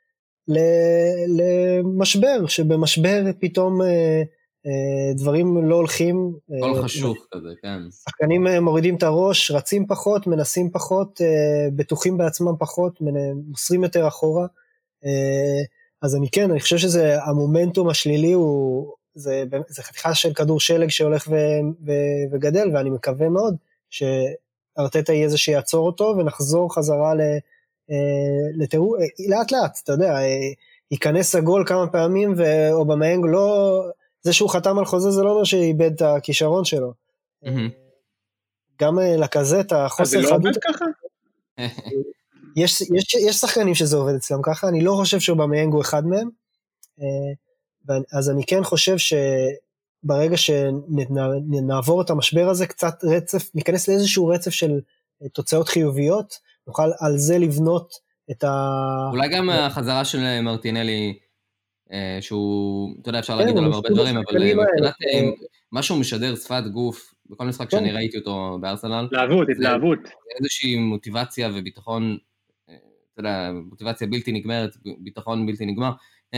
Speaker 3: למשבר, שבמשבר פתאום דברים לא הולכים.
Speaker 2: כל חשוך כזה, כן.
Speaker 3: שחקנים מורידים את הראש, רצים פחות, מנסים פחות, בטוחים בעצמם פחות, מוסרים יותר אחורה. אז אני כן, אני חושב שזה המומנטום השלילי הוא... זה, זה חתיכה של כדור שלג שהולך ו, ו, וגדל, ואני מקווה מאוד שארטטה יהיה זה שיעצור אותו, ונחזור חזרה לתיאור, לאט לאט, אתה יודע, ייכנס הגול כמה פעמים, ואובמיאנג לא, זה שהוא חתם על חוזה, זה לא אומר שאיבד את הכישרון שלו. גם לקזט, החוסר חדות.
Speaker 4: זה לא עובד ככה?
Speaker 3: יש, יש, יש שחקנים שזה עובד אצלם ככה, אני לא חושב שאובמיאנג הוא אחד מהם, אז אני כן חושב שברגע שנעבור את המשבר הזה, קצת רצף, ניכנס לאיזשהו רצף של תוצאות חיוביות, נוכל על זה לבנות את ה...
Speaker 2: אולי גם החזרה של מרטינלי, שהוא, אתה יודע, אפשר להגיד עליו הרבה דברים, אבל מבחינת משהו משדר שפת גוף, בכל משחק שאני ראיתי אותו בארסנל,
Speaker 4: התלהבות, התלהבות.
Speaker 2: איזושהי מוטיבציה וביטחון, אתה יודע, מוטיבציה בלתי נגמרת, ביטחון בלתי נגמר,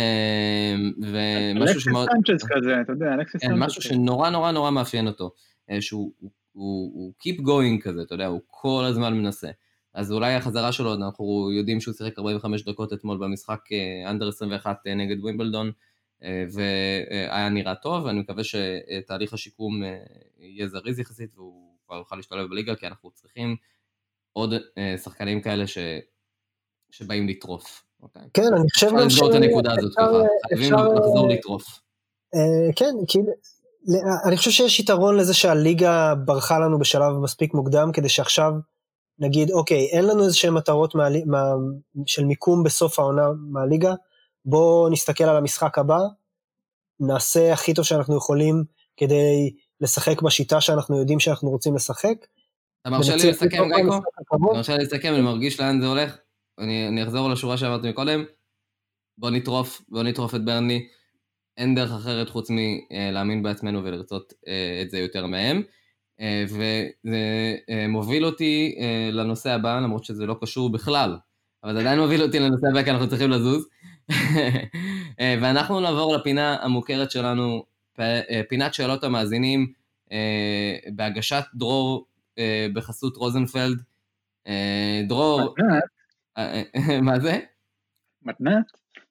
Speaker 2: ומשהו שמאוד...
Speaker 4: אלכסיס סנצ'ז כזה, אתה יודע, אלכסיס סנצ'ז.
Speaker 2: משהו שנורא נורא נורא מאפיין אותו, שהוא keep going כזה, אתה יודע, הוא כל הזמן מנסה. אז אולי החזרה שלו, אנחנו יודעים שהוא שיחק ארבעים וחמש דקות אתמול במשחק אנדר עשרים ואחת נגד ווימבלדון, והיה נראה טוב, ואני מקווה שתהליך השיקום יהיה זריז יחסית, והוא כבר יוכל להשתלב בליגה, כי אנחנו צריכים עוד שחקנים כאלה שבאים לטרוף.
Speaker 3: כן, אני חושב
Speaker 2: גם ש... את הנקודה הזאת ככה, חייבים לחזור לטרוף.
Speaker 3: כן, אני חושב שיש יתרון לזה שהליגה ברחה לנו בשלב מספיק מוקדם, כדי שעכשיו נגיד, אוקיי, אין לנו איזה שהן מטרות של מיקום בסוף העונה מהליגה, בואו נסתכל על המשחק הבא, נעשה הכי טוב שאנחנו יכולים, כדי לשחק בשיטה שאנחנו יודעים שאנחנו רוצים לשחק.
Speaker 2: אתה מרשה לי לסכם, גייקו? אתה מרשה לי לסכם, אני מרגיש לאן זה הולך? אני, אני אחזור לשורה שאמרתי מקודם, בוא נטרוף, בוא נטרוף את ברני, אין דרך אחרת חוץ מלהאמין בעצמנו ולרצות את זה יותר מהם, וזה מוביל אותי לנושא הבא, למרות שזה לא קשור בכלל, אבל זה עדיין מוביל אותי לנושא הבא, כי אנחנו צריכים לזוז, ואנחנו נעבור לפינה המוכרת שלנו, פינת שאלות המאזינים, בהגשת דרור בחסות רוזנפלד, דרור, מה זה?
Speaker 4: מתנת?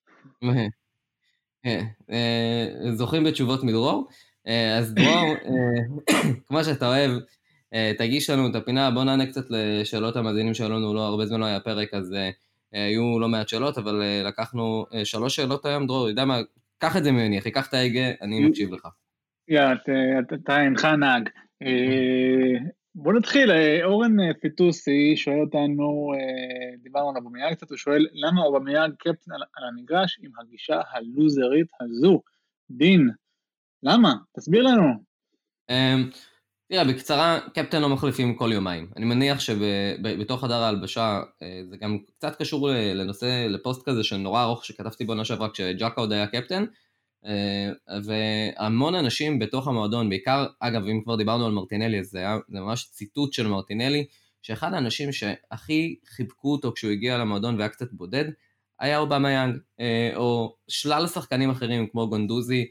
Speaker 2: זוכים בתשובות מדרור, אז דרור, כמו שאתה אוהב, תגיש לנו את הפינה, בוא נענה קצת לשאלות המאזינים שלנו, לא הרבה זמן לא היה פרק, אז היו לא מעט שאלות, אבל לקחנו שלוש שאלות היום, דרור, יודע מה, קח את זה ממני, אחי, קח את ההגה, אני מקשיב לך.
Speaker 4: יאללה, אתה אינך נהג. בוא נתחיל, אורן פיטוסי שואל אותנו, דיברנו על אובמיאנג קצת, הוא שואל, למה אובמיאנג קפטן על המגרש עם הגישה הלוזרית הזו? דין, למה? תסביר לנו.
Speaker 2: תראה, בקצרה, קפטן לא מחליפים כל יומיים. אני מניח שבתוך חדר ההלבשה, זה גם קצת קשור לנושא, לפוסט כזה שנורא ארוך שכתבתי בעונה שעברה כשג'קה עוד היה קפטן, והמון אנשים בתוך המועדון, בעיקר, אגב, אם כבר דיברנו על מרטינלי, זה היה זה ממש ציטוט של מרטינלי, שאחד האנשים שהכי חיבקו אותו כשהוא הגיע למועדון והיה קצת בודד, היה אובמיאנג, או שלל שחקנים אחרים כמו גונדוזי,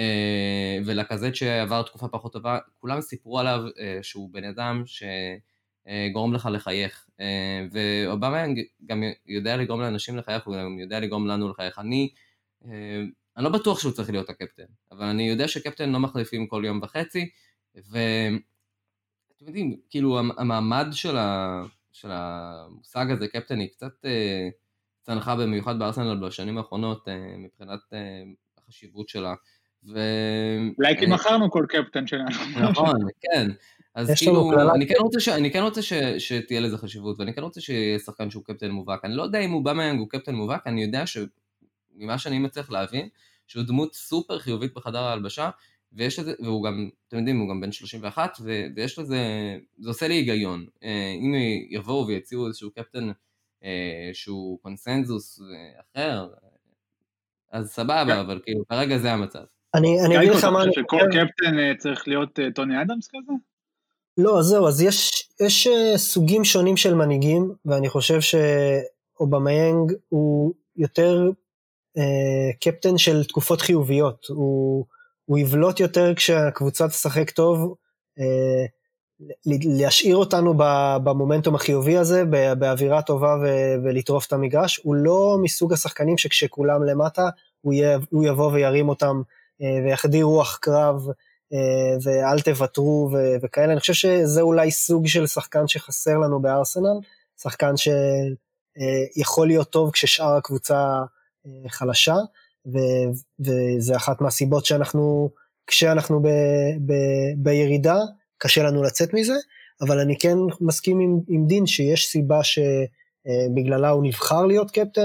Speaker 2: ולקזט שעבר תקופה פחות טובה, כולם סיפרו עליו שהוא בן אדם שגורם לך לחייך, ואובמיאנג גם יודע לגרום לאנשים לחייך, הוא גם יודע לגרום לנו לחייך. אני, אני לא בטוח שהוא צריך להיות הקפטן, אבל אני יודע שקפטן לא מחליפים כל יום וחצי, ואתם יודעים, כאילו המעמד של, ה... של המושג הזה, קפטן, היא קצת צנחה במיוחד בארסנל בשנים האחרונות, מבחינת החשיבות שלה, ו...
Speaker 4: אולי כי מכרנו כל קפטן שלנו.
Speaker 2: נכון, כן. אז כאילו, אני כן רוצה, ש... אני כן רוצה ש... שתהיה לזה חשיבות, ואני כן רוצה שיהיה שחקן שהוא קפטן מובהק. אני לא יודע אם אובמיאנג הוא קפטן מובהק, אני יודע שממה שאני מצליח להבין, שהוא דמות סופר חיובית בחדר ההלבשה, ויש לזה, והוא גם, אתם יודעים, הוא גם בן שלושים ואחת, ו... ויש לזה, זה עושה לי היגיון. אם יבואו ויציעו איזשהו קפטן שהוא קונסנזוס אחר, אז סבבה, אבל כאילו, כרגע זה המצב.
Speaker 3: אני, אני אגיד לך מה...
Speaker 4: אתה חושב שכל קפטן צריך להיות טוני אדמס כזה?
Speaker 3: לא, זהו, אז יש, יש סוגים שונים של מנהיגים, ואני חושב שאובמיאנג הוא יותר אה, קפטן של תקופות חיוביות, הוא, הוא יבלוט יותר כשהקבוצה תשחק טוב, אה, להשאיר אותנו במומנטום החיובי הזה, באווירה טובה ולטרוף את המגרש. הוא לא מסוג השחקנים שכשכולם למטה, הוא יבוא וירים אותם, ויחדיר רוח קרב, ואל תוותרו וכאלה. אני חושב שזה אולי סוג של שחקן שחסר לנו בארסנל, שחקן שיכול להיות טוב כששאר הקבוצה חלשה, וזה אחת מהסיבות שאנחנו, כשאנחנו בירידה, קשה לנו לצאת מזה, אבל אני כן מסכים עם, עם דין שיש סיבה שבגללה הוא נבחר להיות קפטן,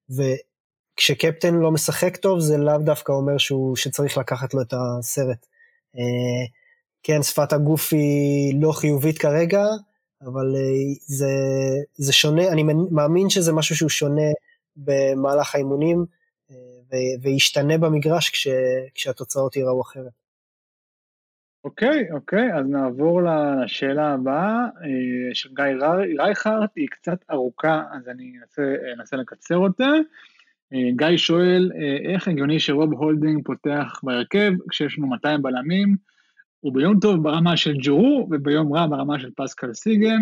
Speaker 3: וכשקפטן לא משחק טוב, זה לאו דווקא אומר שהוא, שצריך לקחת לו את הסרט. כן, שפת הגוף היא לא חיובית כרגע, אבל זה, זה שונה, אני מאמין שזה משהו שהוא שונה במהלך האימונים, וישתנה במגרש כש, כשהתוצאות יראו אחרת.
Speaker 4: אוקיי, אוקיי, אז נעבור לשאלה הבאה, של גיא רייכרט, היא קצת ארוכה, אז אני אנסה לקצר אותה. גיא שואל, איך הגיוני שרוב הולדינג פותח בהרכב, כשיש לנו מאתיים בלמים, הוא ביום טוב ברמה של ג'ורו, וביום רע ברמה של פסקל סיגן,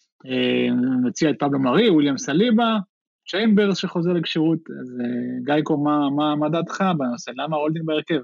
Speaker 4: מציע את פבלו מרי, וויליאם סליבה, צ'יימברס שחוזר לקשירות, אז גיא, מה, מה, מה דעתך בנושא? למה הולדינג בהרכב?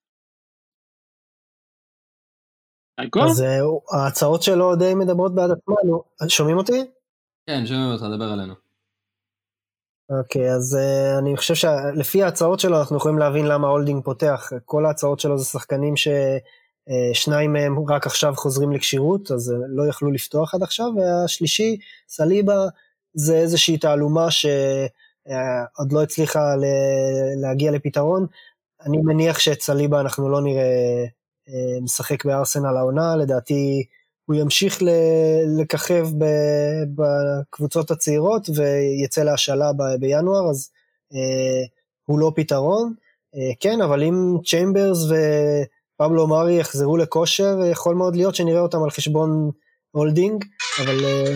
Speaker 3: אז ההצעות שלו די מדברות בעד עצמנו, שומעים אותי?
Speaker 2: כן, שומעים אותך, דבר עלינו.
Speaker 3: אוקיי, אז אני חושב שלפי ההצעות שלו אנחנו יכולים להבין למה הולדינג פותח, כל ההצעות שלו זה שחקנים ששניים מהם רק עכשיו חוזרים לקשירות, אז לא יכלו לפתוח עד עכשיו, והשלישי, סליבה, זה איזושהי תעלומה שעוד לא הצליחה להגיע לפתרון, אני מניח שאת סליבה אנחנו לא נראה משחק בארסנל העונה, לדעתי הוא ימשיך לככב בקבוצות הצעירות ויצא להשאלה בינואר, אז הוא לא פתרון, כן, אבל אם צ'יימברס ופבלו מרי יחזרו לכושר, יכול מאוד להיות שנראה אותם על חשבון הולדינג, אבל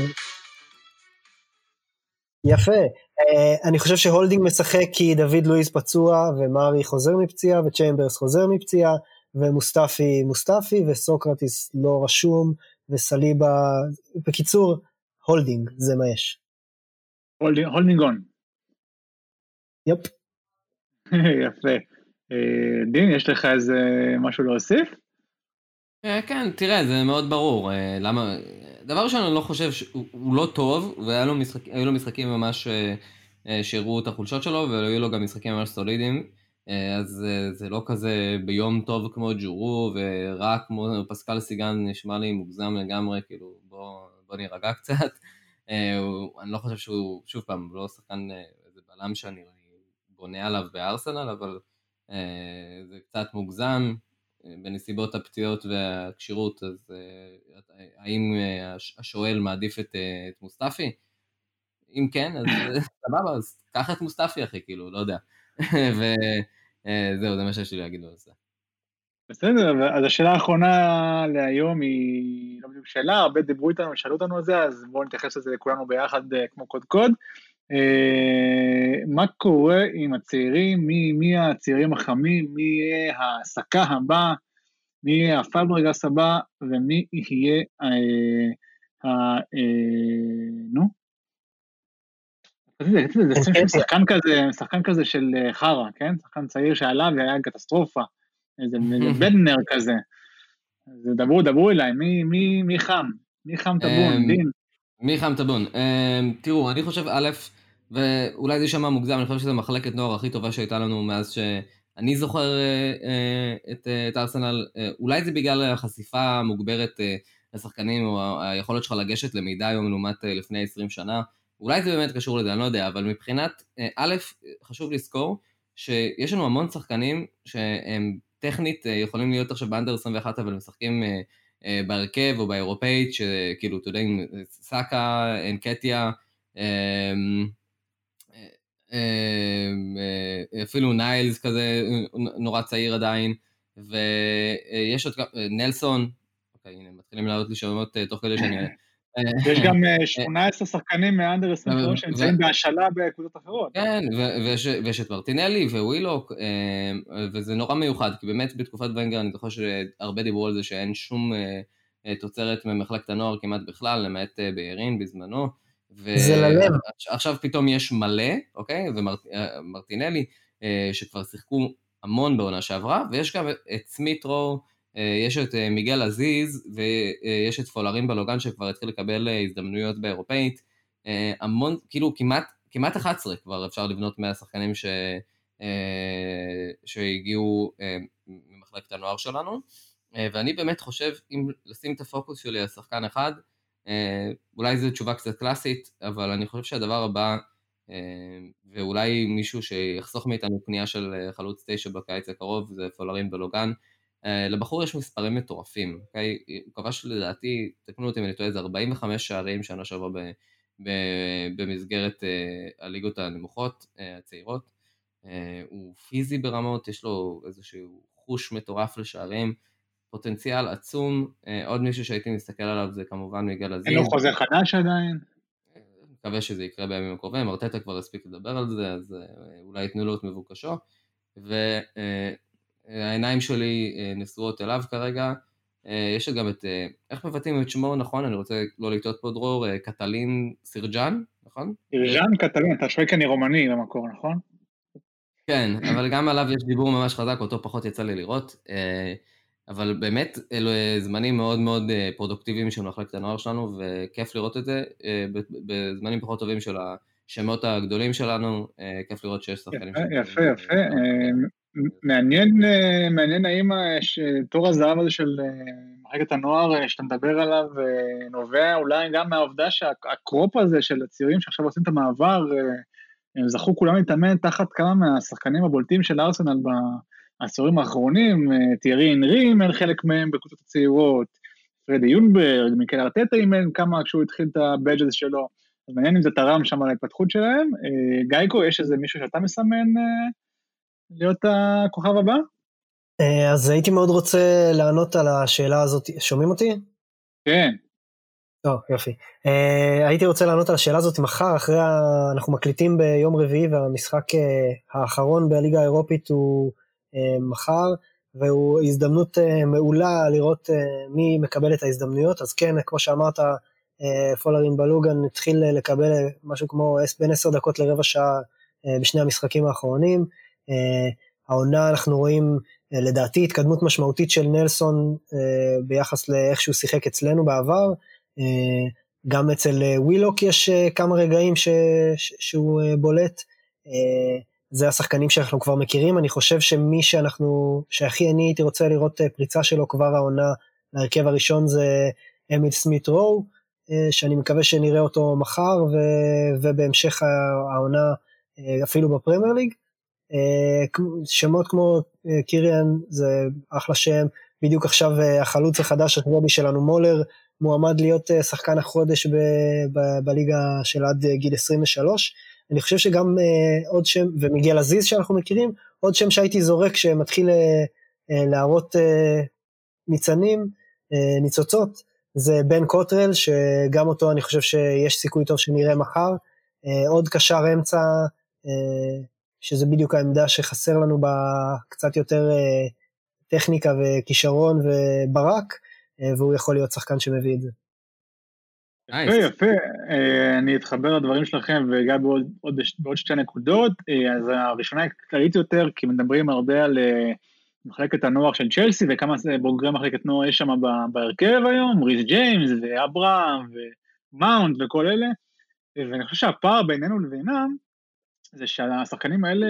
Speaker 3: יפה, אני חושב שהולדינג משחק כי דוד לואיס פצוע ומרי חוזר מפציעה וצ'יימברס חוזר מפציעה, ומוסטפי מוסטפי, וסוקרטיס לא רשום, וסליבה, בקיצור, הולדינג, זה מה יש.
Speaker 4: הולדינג און.
Speaker 3: יפ.
Speaker 4: יפה. דין, יש לך איזה משהו להוסיף?
Speaker 2: כן, תראה, זה מאוד ברור. למה? דבר ראשון, אני לא חושב שהוא לא טוב, והיו לו משחקים, היו לו משחקים ממש שהראו את החולשות שלו, והיו לו גם משחקים ממש סולידיים, אז זה לא כזה ביום טוב כמו ג'ורו, ורק כמו פסקל סיגן נשמע לי מוגזם לגמרי, כאילו בוא, בוא נרגע קצת. אני לא חושב שהוא, שוב פעם, לא שחקן איזה בלם שאני בונה עליו בארסנל, אבל זה קצת מוגזם. בנסיבות הפציעות והקשירות, אז האם השואל מעדיף את, את מוסטפי? אם כן, אז סבבה, אז קח את מוסטפי אחי, כאילו, לא יודע. וזהו, זה מה שיש לי להגיד על זה.
Speaker 4: בסדר, אז השאלה האחרונה להיום היא לא בדיוק שאלה, הרבה דיברו איתנו, שאלו אותנו על זה, אז בואו נתייחס לזה לכולנו ביחד כמו קוד קוד. מה קורה עם הצעירים, מי, מי הצעירים החמים, מי יהיה העסקה הבא, מי יהיה הפאברגס הבא, ומי יהיה, ה, נו? זה שחקן כזה, שחקן כזה של חרה, כן? שחקן צעיר שעלה והיה קטסטרופה. איזה בדנר כזה. אז דברו, דברו אליי, מי, מי, מי חם? מי חם טבון, דין?
Speaker 2: מי חם טבון? תראו, אני חושב א', ואולי זה שמע מוגזם, אני חושב שזו מחלקת נוער הכי טובה שהייתה לנו מאז שאני זוכר את ארסנל, אולי זה בגלל החשיפה המוגברת לשחקנים, או היכולת שלך לגשת למידע היום לעומת לפני עשרים שנה, אולי זה באמת קשור לזה, אני לא יודע, אבל מבחינת, א', חשוב לזכור, שיש לנו המון שחקנים שהם טכנית יכולים להיות עכשיו באנדר עשרים ואחת, אבל משחקים בהרכב או באירופאית, שכאילו, אתה יודע, סאקה, אנקטיה, אפילו ניילס כזה, נורא צעיר עדיין, ויש עוד נלסון, אוקיי, הנה, מתחילים לעלות לי שמות תוך כדי שאני...
Speaker 4: יש גם שמונה עשרה שחקנים מאנדר עשרים ושלוש שנמצאים בהשאלה בקבוצות אחרות.
Speaker 2: כן, ויש את מרטינלי ווילוק, וזה נורא מיוחד, כי באמת בתקופת ונגר אני זוכר שהרבה דיברו על זה שאין שום תוצרת ממחלקת הנוער כמעט בכלל, למעט ביירין בזמנו.
Speaker 3: זה ללב.
Speaker 2: ועכשיו פתאום יש מלא, אוקיי? ומרטינלי, שכבר שיחקו המון בעונה שעברה, ויש גם את סמית רו, יש את מיגל עזיז, ויש את פולרים בלוגן שכבר התחיל לקבל הזדמנויות באירופאית, המון, כאילו כמעט, כמעט אחת עשרה כבר אפשר לבנות מהשחקנים ש... שהגיעו ממחלקת הנוער שלנו, ואני באמת חושב, אם לשים את הפוקוס שלי על שחקן אחד, אולי זו תשובה קצת קלאסית, אבל אני חושב שהדבר הבא, ואולי מישהו שיחסוך מאיתנו פנייה של חלוץ תשע בקיץ הקרוב, זה פולרים בלוגן, לבחור יש מספרים מטורפים, אוקיי? הוא כבש לדעתי, תקנו אותי אם אני טועה, זה ארבעים וחמש שערים שנה שעברה ב, ב, במסגרת uh, הליגות הנמוכות, uh, הצעירות. Uh, הוא פיזי ברמות, יש לו איזשהו חוש מטורף לשערים, פוטנציאל עצום. Uh, עוד מישהו שהייתי מסתכל עליו זה כמובן מיגל עזיז.
Speaker 4: אין לו חוזה חדש עדיין?
Speaker 2: מקווה שזה יקרה בימים הקרובים, ארטטה כבר הספיק לדבר על זה, אז uh, אולי יתנו לו את מבוקשו. ו... Uh, העיניים שלי נשואות אליו כרגע, יש גם את, איך מבטאים את שמו, נכון? אני רוצה לא לטעות פה דרור, קטלין סירג'אן, נכון?
Speaker 4: סירג'אן, קטלין, אתה שואל כאן רומני במקור, נכון?
Speaker 2: כן, אבל גם עליו יש דיבור ממש חזק, אותו פחות יצא לי לראות, אבל באמת אלו זמנים מאוד מאוד פרודוקטיביים של מחלקת הנוער שלנו, וכיף לראות את זה, בזמנים פחות טובים של השמות הגדולים שלנו, כיף לראות שיש שחקנים.
Speaker 4: יפה, יפה. מעניין, מעניין האם תור הזהב הזה של מחלקת הנוער שאתה מדבר עליו נובע אולי גם מהעובדה שהקרופ הזה של הצעירים שעכשיו עושים את המעבר, הם זכו כולם להתאמן תחת כמה מהשחקנים הבולטים של ארסנל בעשורים האחרונים, תיארי אנרי אימן חלק מהם בקבוצות הצעירות, פרדי יונברג, מיקל ארטטה אימן כמה כשהוא התחיל את הבאג' הזה שלו, אז מעניין אם זה תרם שם על ההתפתחות שלהם. גייקו, יש איזה מישהו שאתה מסמן להיות הכוכב הבא?
Speaker 3: אז הייתי מאוד רוצה לענות על השאלה הזאת, שומעים אותי?
Speaker 4: כן.
Speaker 3: טוב, יופי. הייתי רוצה לענות על השאלה הזאת מחר, אחרי, אנחנו מקליטים ביום רביעי, והמשחק האחרון בליגה האירופית הוא מחר, והוא הזדמנות מעולה לראות מי מקבל את ההזדמנויות, אז כן, כמו שאמרת, פולרים בלוגן התחיל לקבל משהו כמו בין עשר דקות לרבע שעה בשני המשחקים האחרונים, העונה אנחנו רואים לדעתי התקדמות משמעותית של נלסון ביחס לאיך שהוא שיחק אצלנו בעבר, גם אצל ווילוק יש כמה רגעים ש, שהוא בולט, זה השחקנים שאנחנו כבר מכירים, אני חושב שמי שאנחנו, שהכי אני הייתי רוצה לראות פריצה שלו כבר העונה להרכב הראשון זה אמיל סמית רו, שאני מקווה שנראה אותו מחר, ו, ובהמשך העונה אפילו בפרמייר ליג, שמות כמו קיריאן זה אחלה שם, בדיוק עכשיו החלוץ החדש השוודי שלנו מולר, מועמד להיות שחקן החודש ב- ב- בליגה של עד גיל עשרים ושלוש, אני חושב שגם עוד שם, ומיגל עזיז שאנחנו מכירים, עוד שם שהייתי זורק שמתחיל להראות ניצנים, ניצוצות, זה בן קוטרל, שגם אותו אני חושב שיש סיכוי טוב שנראה מחר, עוד קשר אמצע, שזה בדיוק העמדה שחסר לנו בקצת יותר טכניקה וכישרון וברק, והוא יכול להיות שחקן שמביא את זה.
Speaker 4: יפה, יפה, אני אתחבר לדברים שלכם וגם בעוד, עוד, בעוד שתי נקודות, אז הראשונה היא כללית יותר, כי מדברים הרבה על מחלקת הנוער של צ'לסי, וכמה בוגרי מחלקת נוער יש שם בהרכב היום, ריס ג'יימס ואברהם ומאונט וכל אלה, ואני חושב שהפער בינינו לבינם, זה שהשחקנים האלה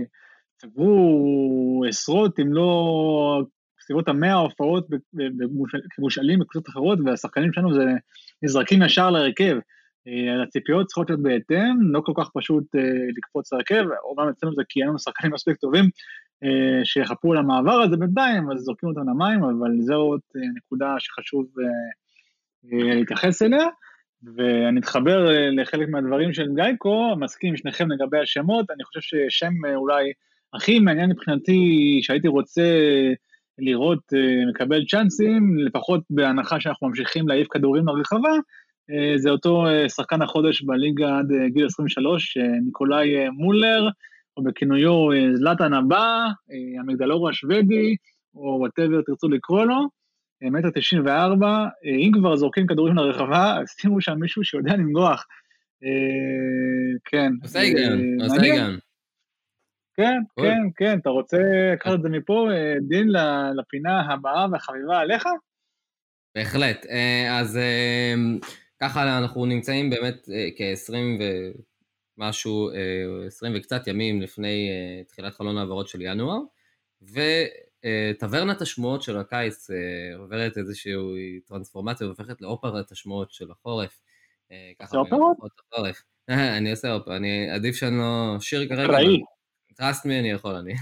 Speaker 4: צברו עשרות, אם לא סביבות המאה הופעות כמושאלים בקבוצות אחרות, והשחקנים שלנו זה נזרקים ישר להרכב. הציפיות צריכות להיות בהתאם, לא כל כך פשוט לקפוץ להרכב, אומנם אצלנו זה כי אין לנו שחקנים מספיק טובים, שיחפו למעבר הזה בינתיים, אז זורקים אותם למים, אבל זו נקודה שחשוב להתייחס אליה, ואני אתחבר לחלק מהדברים של גייקו, מסכים עם שניכם לגבי השמות, אני חושב ששם אולי הכי מעניין מבחינתי, שהייתי רוצה לראות מקבל צ'אנסים, לפחות בהנחה שאנחנו ממשיכים להעיף כדורים לרחבה, זה אותו שחקן החודש בליגה עד גיל עשרים ושלוש, ניקולאי מולר, או בכינויו זלאטן הבא, המגדלור השוודי, או whatever תרצו לקרוא לו, מטר תשעים וארבע, אם כבר זורקים כדורים לרחבה, אז שימו שם מישהו שיודע לנגוח. כן.
Speaker 2: עושה היגיון, עושה היגיון.
Speaker 4: כן, כן, כן, אתה רוצה לקחת את זה מפה, דין לפינה הבאה והחביבה עליך?
Speaker 2: בהחלט, אז ככה אנחנו נמצאים באמת כ-עשרים ומשהו, עשרים וקצת ימים לפני תחילת חלון העברות של ינואר, וטברנת השמועות של הקיץ עוברת איזושהי טרנספורמציה, והופכת לאופרת השמועות של החורף.
Speaker 4: זה אופרות?
Speaker 2: אני אעשה אופרה, אני עדיף שאני לא שיר כרגע.
Speaker 4: קראי.
Speaker 2: trust me, אני יכול, אני.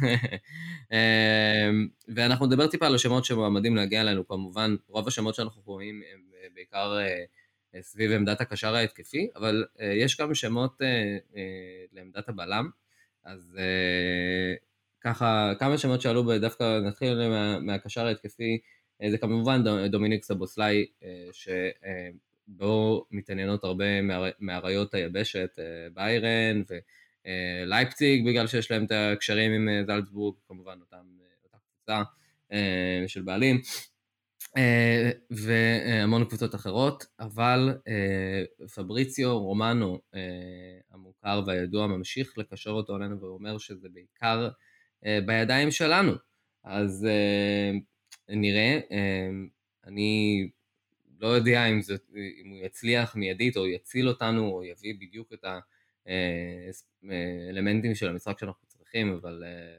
Speaker 2: ואנחנו נדבר טיפה על השמות שמועמדים להגיע אלינו, כמובן, רוב השמות שאנחנו רואים הם בעיקר סביב עמדת הקשר ההתקפי, אבל יש גם שמות לעמדת הבלם, אז ככה, כמה שמות שעלו דווקא, נתחיל מהקשר ההתקפי, זה כמובן דומיניק סבוסליי, שבו מתעניינות הרבה מהראיות היבשת, ביירן ו... לייפציג, בגלל שיש להם את הקשרים עם זלצבורג, כמובן אותם, אותה קבוצה של בעלים, והמון קבוצות אחרות, אבל פבריציו רומנו, המוכר והידוע, ממשיך לקשר אותו עלינו, והוא אומר שזה בעיקר בידיים שלנו. אז נראה, אני לא יודע אם, זה, אם הוא יצליח מיידית, או יציל אותנו, או יביא בדיוק את ה... אלמנטים של המשחק שאנחנו צריכים, אבל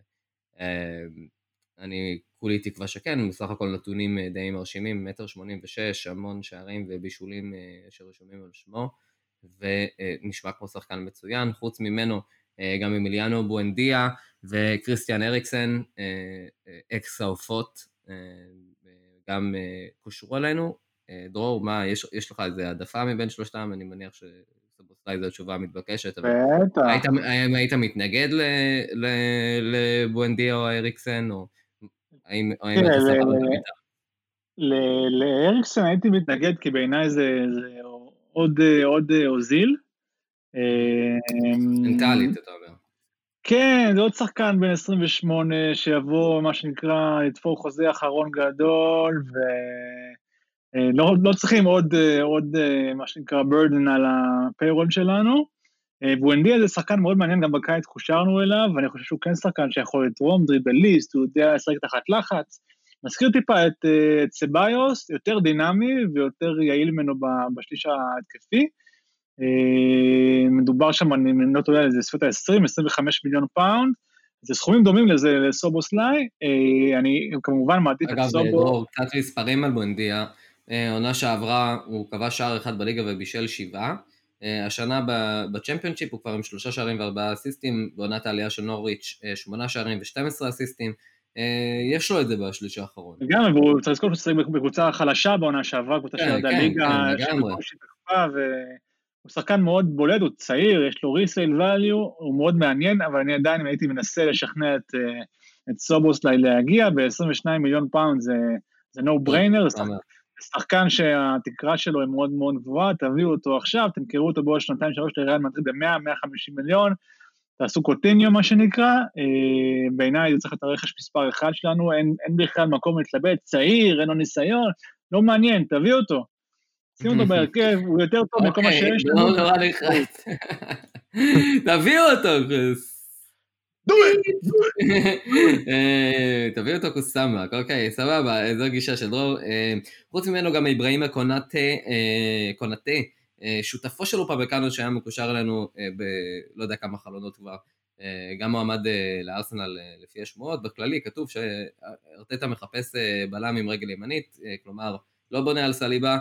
Speaker 2: אני כולי תקווה שכן, בסך הכל נתונים די מרשימים, מטר שמונים ושש, המון שערים ובישולים שרשומים על שמו, ונשמע כמו שחקן מצוין, חוץ ממנו גם אמיליאנו בואנדיה וקריסטיאן אריקסן, אקס העופות, גם קושרו עלינו. דרור, מה, יש, יש לך איזה העדפה מבין שלושתם? אני מניח ש... סבוסליי זו התשובה המתבקשת, אבל היית, היית מתנגד לבואנדיה או אריקסן, או האם אתה סבבה במידה?
Speaker 4: לאריקסן הייתי מתנגד, כי בעיניי זה עוד הוזיל.
Speaker 2: מנטלית, אתה אומר.
Speaker 4: כן, זה עוד שחקן בן עשרים ושמונה, שיבוא, מה שנקרא, לתפור חוזה אחרון גדול, ו... לא, לא צריכים עוד, עוד, מה שנקרא, burden על הפיירול שלנו. בואנדיה זה שחקן מאוד מעניין, גם בקיץ חושרנו אליו, ואני חושב שהוא כן שחקן שיכול לתרום, דריבליסט, הוא יודע לשחק תחת לחץ. מזכיר טיפה את, את סביוס, יותר דינמי ויותר יעיל ממנו בשליש ההתקפי. מדובר שם, אני לא יודע, זה סביבות ה-עשרים עד עשרים וחמישה מיליון פאונד, זה סכומים דומים לזה, לסובוסליי, אני כמובן מעדיף את סובו.
Speaker 2: אגב, דרור, קצת מספרים על בואנדיה, עונה שעברה, הוא קבע שער אחד בליגה ובישל שבעה, השנה בצ'מפיונשיפ הוא כבר עם שלושה שערים וארבעה אסיסטים, בעונת העלייה של נוריץ' שמונה שערים ושתים עשרה אסיסטים, יש לו את זה בשליש האחרון.
Speaker 4: גם, והוא צריך לזכור שהוא שחק בקבוצה חלשה בעונה שעברה, קבוצה של הליגה, שבקושי תקפה, והוא שחקן מאוד בולד, הוא צעיר, יש לו ריסייל ואליו, הוא מאוד מעניין, אבל אני עדיין הייתי מנסה לשכנע את, את סובוסליי להגיע, ב-עשרים ושניים מיליון פאונד זה, זה no brainer, זה שחקן שהתקרה שלו היא מאוד מאוד גבוהה, תביאו אותו עכשיו, תמכרו אותו בעוד שנתיים שלוש לריאל מדריד ב-מאה עד מאה וחמישים מיליון, תעשו קוטיניו מה שנקרא, בעיניי זה צריך את הרכש מספר אחד שלנו, אין, אין בכלל מקום להתלבט, צעיר, אין לו ניסיון, לא מעניין, תביאו אותו, שימו אותו בהרכב, הוא יותר טוב מכל מה שיש לנו.
Speaker 2: אוקיי, לא נורא נחרט. תביאו אותו, קוס.
Speaker 4: do it, do it.
Speaker 2: תביאו אותו קוסמק, אוקיי, סבבה, זו גישה של דרור. חוץ ממנו גם איברהימה קונאטה, קונאטה, שותפו של אופמקאנו שהיה מקושר אלינו ב... לא יודע כמה חלונות כבר, גם מועמד לארסנל לפי השמועות, בכללי כתוב שארטטה מחפש בלם עם רגל ימנית, כלומר לא בונה על סליבה,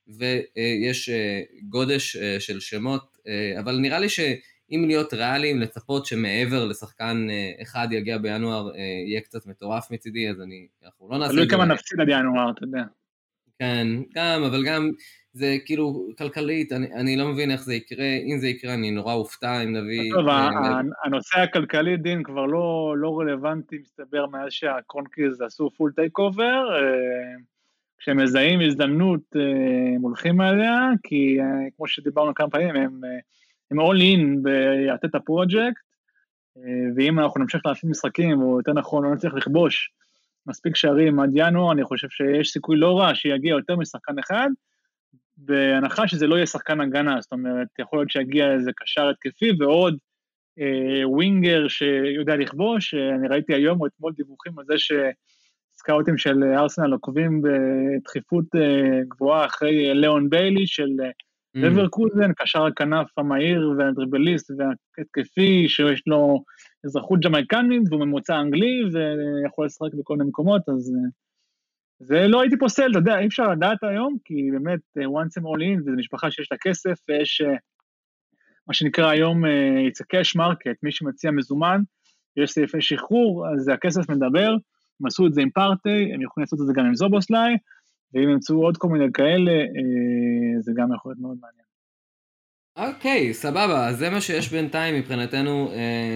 Speaker 2: ויש גודש של שמות, אבל נראה לי שאם להיות ריאליים, לצפות שמעבר לשחקן אחד יגיע בינואר, יהיה קצת מטורף מצידי, אז אני, אנחנו לא נעשה...
Speaker 4: תלוי כמה נפסיד עד ינואר, אתה יודע.
Speaker 2: כן, גם, אבל גם זה כאילו כלכלית, אני, אני לא מבין איך זה יקרה, אם זה יקרה אני נורא אופתע אם נביא...
Speaker 4: טוב, הנושא הכלכלי דין כבר לא, לא רלוונטי, מסתבר מאז שהקרונקיז עשו פול טייק אובר, כשהם מזהים הזדמנות הם הולכים עליה, כי כמו שדיברנו כמה פעמים, הם, הם all in ביעטת הפרויקט, ואם אנחנו נמשיך להפעיל משחקים, או יותר נכון לא נצליח לכבוש מספיק שערים עד ינואר, אני חושב שיש סיכוי לא רע שיגיע יותר משחקן אחד, בהנחה שזה לא יהיה שחקן הגנה, זאת אומרת, יכול להיות שיגיע איזה קשר התקפי, ועוד אה, ווינגר שיודע לכבוש, אני ראיתי היום או אתמול דיווחים על זה שסקאוטים של ארסנל עוקבים בדחיפות אה, גבוהה אחרי ליאון ביילי של לברקוזן, mm. קשר הכנף המהיר והדריבליסט והתקפי, שיש לו אזרחות ג'מייקנית, והוא ממוצא אנגלי, ויכול לשחק בכל מיני מקומות, אז... זה לא הייתי פוסל, אתה יודע, אי אפשר לדעת היום, כי באמת, once and all in, וזו משפחה שיש לה כסף, ויש מה שנקרא היום, it's a cash market, מי שמציע מזומן, יש סעיפי שחרור, אז הכסף מדבר, הם עשו את זה עם פארטי, הם יכולים לעשות את זה גם עם זובוסליי, ואם ימצאו עוד כל מיני כאלה, זה גם יכול להיות מאוד מעניין.
Speaker 2: אוקיי, סבבה, אז זה מה שיש בינתיים מבחינתנו,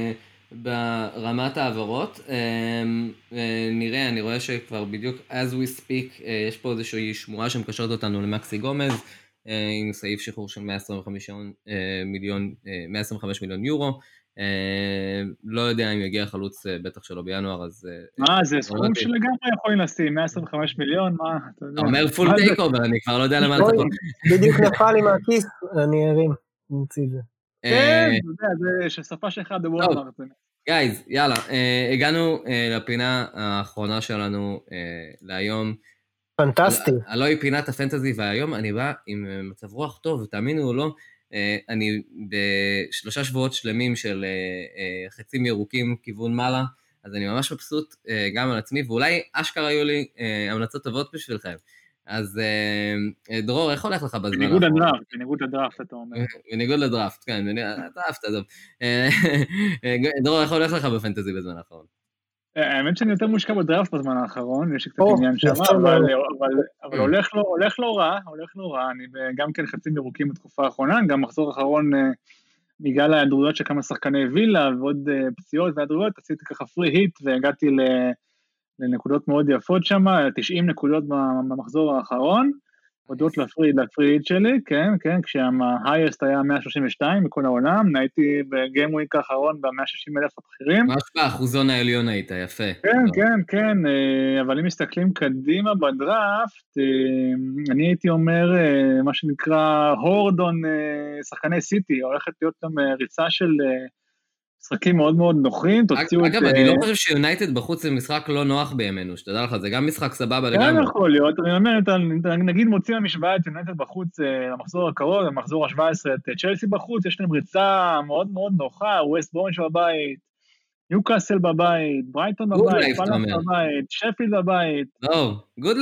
Speaker 2: ברמת העברות, נראה, אני רואה שכבר בדיוק as we speak, יש פה איזושהי שמועה שמקשרת אותנו למקסי גומז, עם סעיף שחרור של מאה עשרים וחמישה מיליון, מאה עשרים וחמישה מיליון יורו, לא יודע אם יגיע חלוץ בטח שלו בינואר, אז...
Speaker 4: מה, זה סכום שלגמרי יכולים לשים, מאה עשרים וחמישה מיליון, מה?
Speaker 2: אתה אומר פול טייק אובר, אני כבר לא יודע למה לצפות.
Speaker 3: בדיוק נפל לי מהכיס, אני ארים, נמציא את זה.
Speaker 4: כן, אתה יודע, זה ששפה שלך דבורה.
Speaker 2: גייז, יאללה, הגענו לפינה האחרונה שלנו להיום.
Speaker 3: פנטסטי.
Speaker 2: הלא היא פינת הפנטזי, והיום אני בא עם מצב רוח טוב, תאמינו או לא, אני בשלושה שבועות שלמים של חצים ירוקים כיוון מעלה, אז אני ממש מבסוט גם על עצמי, ואולי אשכרה היו לי המלצות טובות בשבילכם. אז דרור, איך הולך לך בזמן?
Speaker 4: בניגוד לדראפט, בניגוד לדראפט אתה אומר.
Speaker 2: בניגוד לדראפט, כן, דראפט, טוב. דרור, איך הולך לך בפנטזי בזמן האחרון?
Speaker 4: האמת שאני יותר מושקע בדראפט בזמן האחרון, יש קצת עניין שם, אבל הולך לא רע, הולך לא רע, אני גם כן חצים ירוקים בתקופה האחרונה, גם מחזור האחרון בגלל ההיעדרויות של כמה שחקני וילה, ועוד פציעות והיעדרויות, עשיתי ככה פרי היט, והגעתי לנקודות מאוד יפות שם, תשעים נקודות במחזור האחרון, הודות לפריד שלי, כן, כן, כשההייסט היה מאה שלושים ושתיים בכל העולם, הייתי בגיימוויק האחרון ב-מאה ושישים אלף הבכירים.
Speaker 2: ממש באחוזון העליון היית, יפה.
Speaker 4: כן, כן, כן, אבל אם מסתכלים קדימה בדראפט, אני הייתי אומר, מה שנקרא, הורדון שחקני סיטי, הולכת להיות גם ריצה של... משחקים מאוד מאוד נוחים, תוציאו את...
Speaker 2: אגב, אני לא חושב שיונייטד בחוץ זה משחק לא נוח בימינו, שתדע לך, זה גם משחק סבבה לגמרי.
Speaker 4: כן, יכול להיות, אני אומר, נגיד מוצאים המשוואה את יונייטד בחוץ למחזור הקרוב, למחזור ה-שבע עשרה, את צ'לסי בחוץ, יש להם ריצה מאוד מאוד נוחה, ווסט ברומוויץ' בבית, ניוקאסל בבית, ברייטון בבית, פאלאס בבית, שפילד בבית.
Speaker 2: לא, גוד לייף.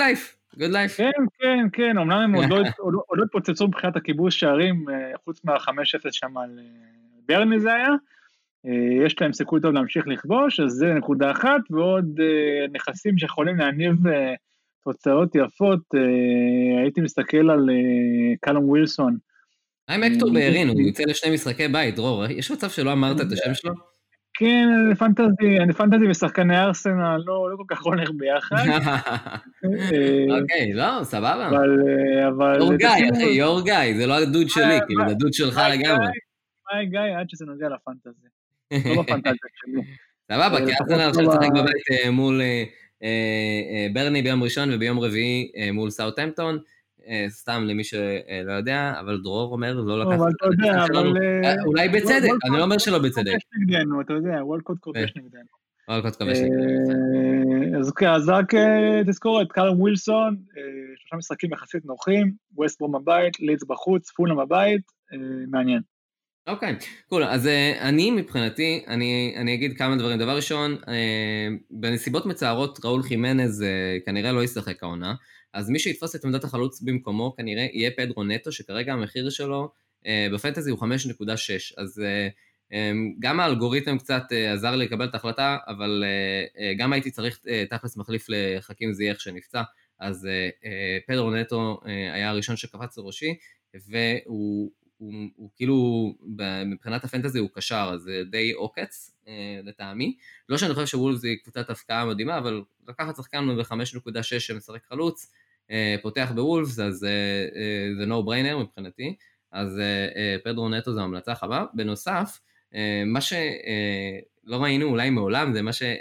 Speaker 2: good life.
Speaker 4: כן, כן, כן, אמנם הם עוד לא התפוצצו מבחינת הכיבוש שערים, חוץ מה-חמש אפס שם על ברני זה היה, יש להם סיכוי טוב להמשיך לכבוש, אז זה נקודה אחת, ועוד נכסים שיכולים להניב תוצאות יפות, הייתי מסתכל על קלום ווילסון.
Speaker 2: עם אקטור בארין, הוא יוצא לשני משחקי בית, דרור, יש מצב שלא אמרת את השם שלו?
Speaker 4: כן, אני פנטזי, אני פנטזי בשחקני ארסנל, לא כל כך הולך ביחד.
Speaker 2: אוקיי, לא, סבבה.
Speaker 4: אבל...
Speaker 2: יור גיא, אחי, יור גיא, זה לא הדוד שלי, כאילו, זה הדוד שלך לגמרי.
Speaker 4: מה גיא, עד שזה נוגע לפנטזי. לא בפנטזיה שלי.
Speaker 2: סבבה, כי ארסנל עכשיו צחק בבית מול ברני ביום ראשון וביום רביעי מול סאות'המפטון, סתם למי שלא יודע, אבל דרור אומר, לא לקחת את המשחק שלנו. אולי בצדק, אני לא אומר שלא בצדק.
Speaker 4: אתה יודע, וולקוט כובש נגדנו.
Speaker 2: וולקוט כובש נגדנו.
Speaker 4: אז רק תזכור את קלום ווילסון, שלושה משחקים יחסית נוחים, ווסט ברום הבית, לידס בחוץ, פולהאם הבית, מעניין.
Speaker 2: אוקיי, קול, אז אני מבחינתי, אני אגיד כמה דברים. דבר ראשון, בנסיבות מצערות, ראול חימנז כנראה לא ישחק העונה, אז מי שיתפוס את עמדת החלוץ במקומו כנראה יהיה פדרו נטו, שכרגע המחיר שלו בפנטזי הוא חמש נקודה שש, אז גם האלגוריתם קצת עזר לי לקבל את ההחלטה, אבל גם הייתי צריך תכלס מחליף לחכים זייח שנפצע, אז פדרו נטו היה הראשון שקפץ לראשי, והוא הוא, הוא כאילו, מבחינת הפנטזי הוא קשר, אז זה די עוקץ לטעמי. לא שאני חושב שוולפס היא קבוצת הפקעה מדהימה, אבל לקחת שחקן ב-חמש נקודה שש שמשחק חלוץ, פותח בוולפס, אז זה no brainer מבחינתי, אז פדרו נטו זה המלצה חמה. בנוסף, מה שלא ראינו אולי מעולם, זה מה ש...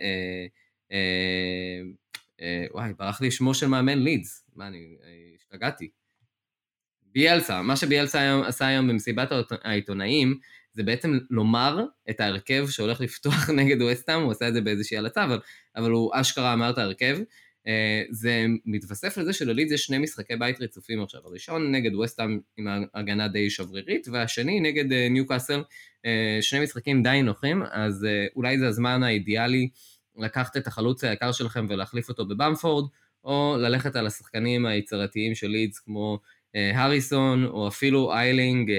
Speaker 2: וואי, ברח לי שמו של מאמן לידס, מה, אני השתגעתי. ביאלסה, מה שביאלסה עשה היום במסיבת העיתונאים, זה בעצם לומר את ההרכב שהולך לפתוח נגד ווסטהאם, הוא עשה את זה באיזושהי הלצה, אבל, אבל הוא אשכרה אמר את ההרכב, זה מתווסף לזה שללידס יש שני משחקי בית רצופים עכשיו, הראשון נגד ווסטהאם עם הגנה די שברירית, והשני נגד ניוקאסל, שני משחקים די נוחים, אז אולי זה הזמן האידיאלי לקחת את החלוץ היקר שלכם ולהחליף אותו בבמפורד, או ללכת על השחקנים היצירתיים של לידס כמו הריסון, או אפילו איילינג,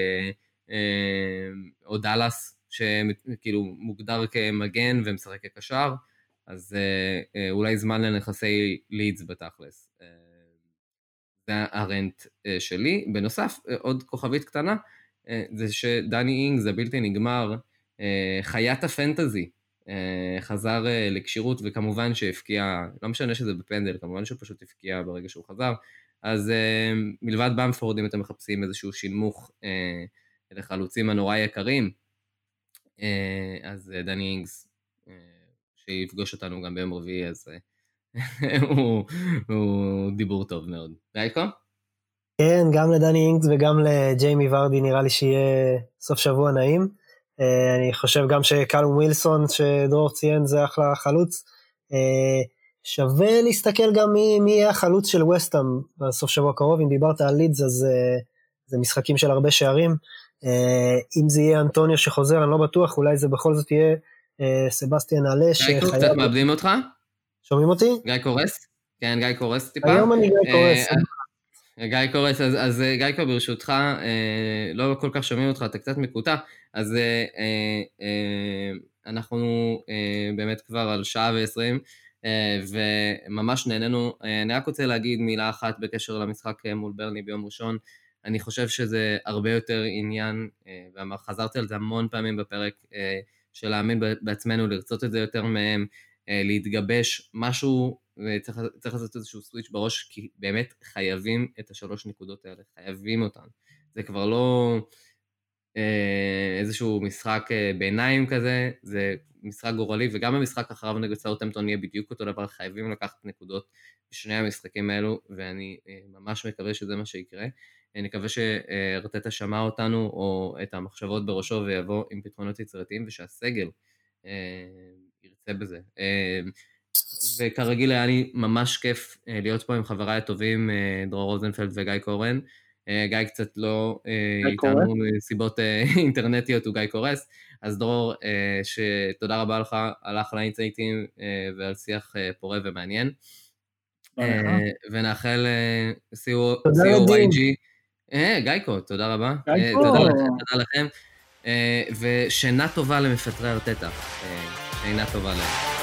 Speaker 2: או דלס, שכאילו מוגדר כמגן ומשחק כקשר, אז אולי זמן לנכסי לידס בתכלס. זה הרנט שלי. בנוסף, עוד כוכבית קטנה, זה שדני אינג, זה בלתי נגמר, חיית הפנטזי, חזר לקשירות, וכמובן שהפקיע, לא משנה שזה בפנדל, כמובן שהוא פשוט הפקיע ברגע שהוא חזר, אז uh, מלבד במפורד, אם אתם מחפשים איזשהו שינמוך uh, לחלוצים הנורא יקרים, uh, אז uh, דני אינגס, uh, שיפגוש אותנו גם ביום רביעי, אז uh, הוא, הוא דיבור טוב מאוד. רייקו?
Speaker 3: כן, גם לדני אינגס וגם לג'יימי ורדי נראה לי שיהיה סוף שבוע נעים. Uh, אני חושב גם שקלום ווילסון, שדרור ציין, זה אחלה חלוץ. Uh, שווה להסתכל גם מי, מי יהיה החלוץ של ווסטהאם בסוף שבוע קרוב. אם דיברת על לידס, אז uh, זה משחקים של הרבה שערים. Uh, אם זה יהיה אנטוניו שחוזר, אני לא בטוח, אולי זה בכל זאת יהיה uh, סבסטיאן עלה.
Speaker 2: גיא קורס, קצת מאבדים אותך?
Speaker 3: שומעים אותי?
Speaker 2: גיא קורס? כן, גיא קורס טיפה.
Speaker 3: היום אני גיא קורס.
Speaker 2: גיא קורס, אז, אז גיא קורס ברשותך, אה, לא כל כך שומעים אותך, אתה קצת מקוטע, אז אה, אה, אנחנו אה, באמת כבר על שעה ועשרים, וממש נהנינו. אני רק רוצה להגיד מילה אחת בקשר למשחק מול ברני ביום ראשון. אני חושב שזה הרבה יותר עניין, וחזרתי על זה המון פעמים בפרק, של להאמין בעצמנו, לרצות את זה יותר מהם, להתגבש משהו, וצריך לעשות איזשהו סוויץ' בראש, כי באמת חייבים את השלוש נקודות האלה, חייבים אותן. זה כבר לא איזשהו משחק ביניים כזה, זה משחק גורלי, וגם המשחק אחריו נגד סאות'המפטון יהיה בדיוק אותו דבר, חייבים לקחת נקודות בשני המשחקים האלו, ואני ממש מקווה שזה מה שיקרה. אני מקווה שארטטה שמע אותנו, או את המחשבות בראשו, ויבוא עם פתרונות יצירתיים, ושהסגל ירצה בזה. וכרגיל היה לי ממש כיף להיות פה עם חבריי הטובים, דרור רוזנפלד וגיא קורן. גיא קצת לא איתנו מסיבות אינטרנטיות, הוא גיא קורס. אז דרור, שתודה רבה לך על אחלה אינסייטים ועל שיח פורה ומעניין. ונאחל סי או וואי ג'י. גייקו, תודה רבה. תודה לכם. ושינה טובה למפטרי ארטטה. שינה טובה להם.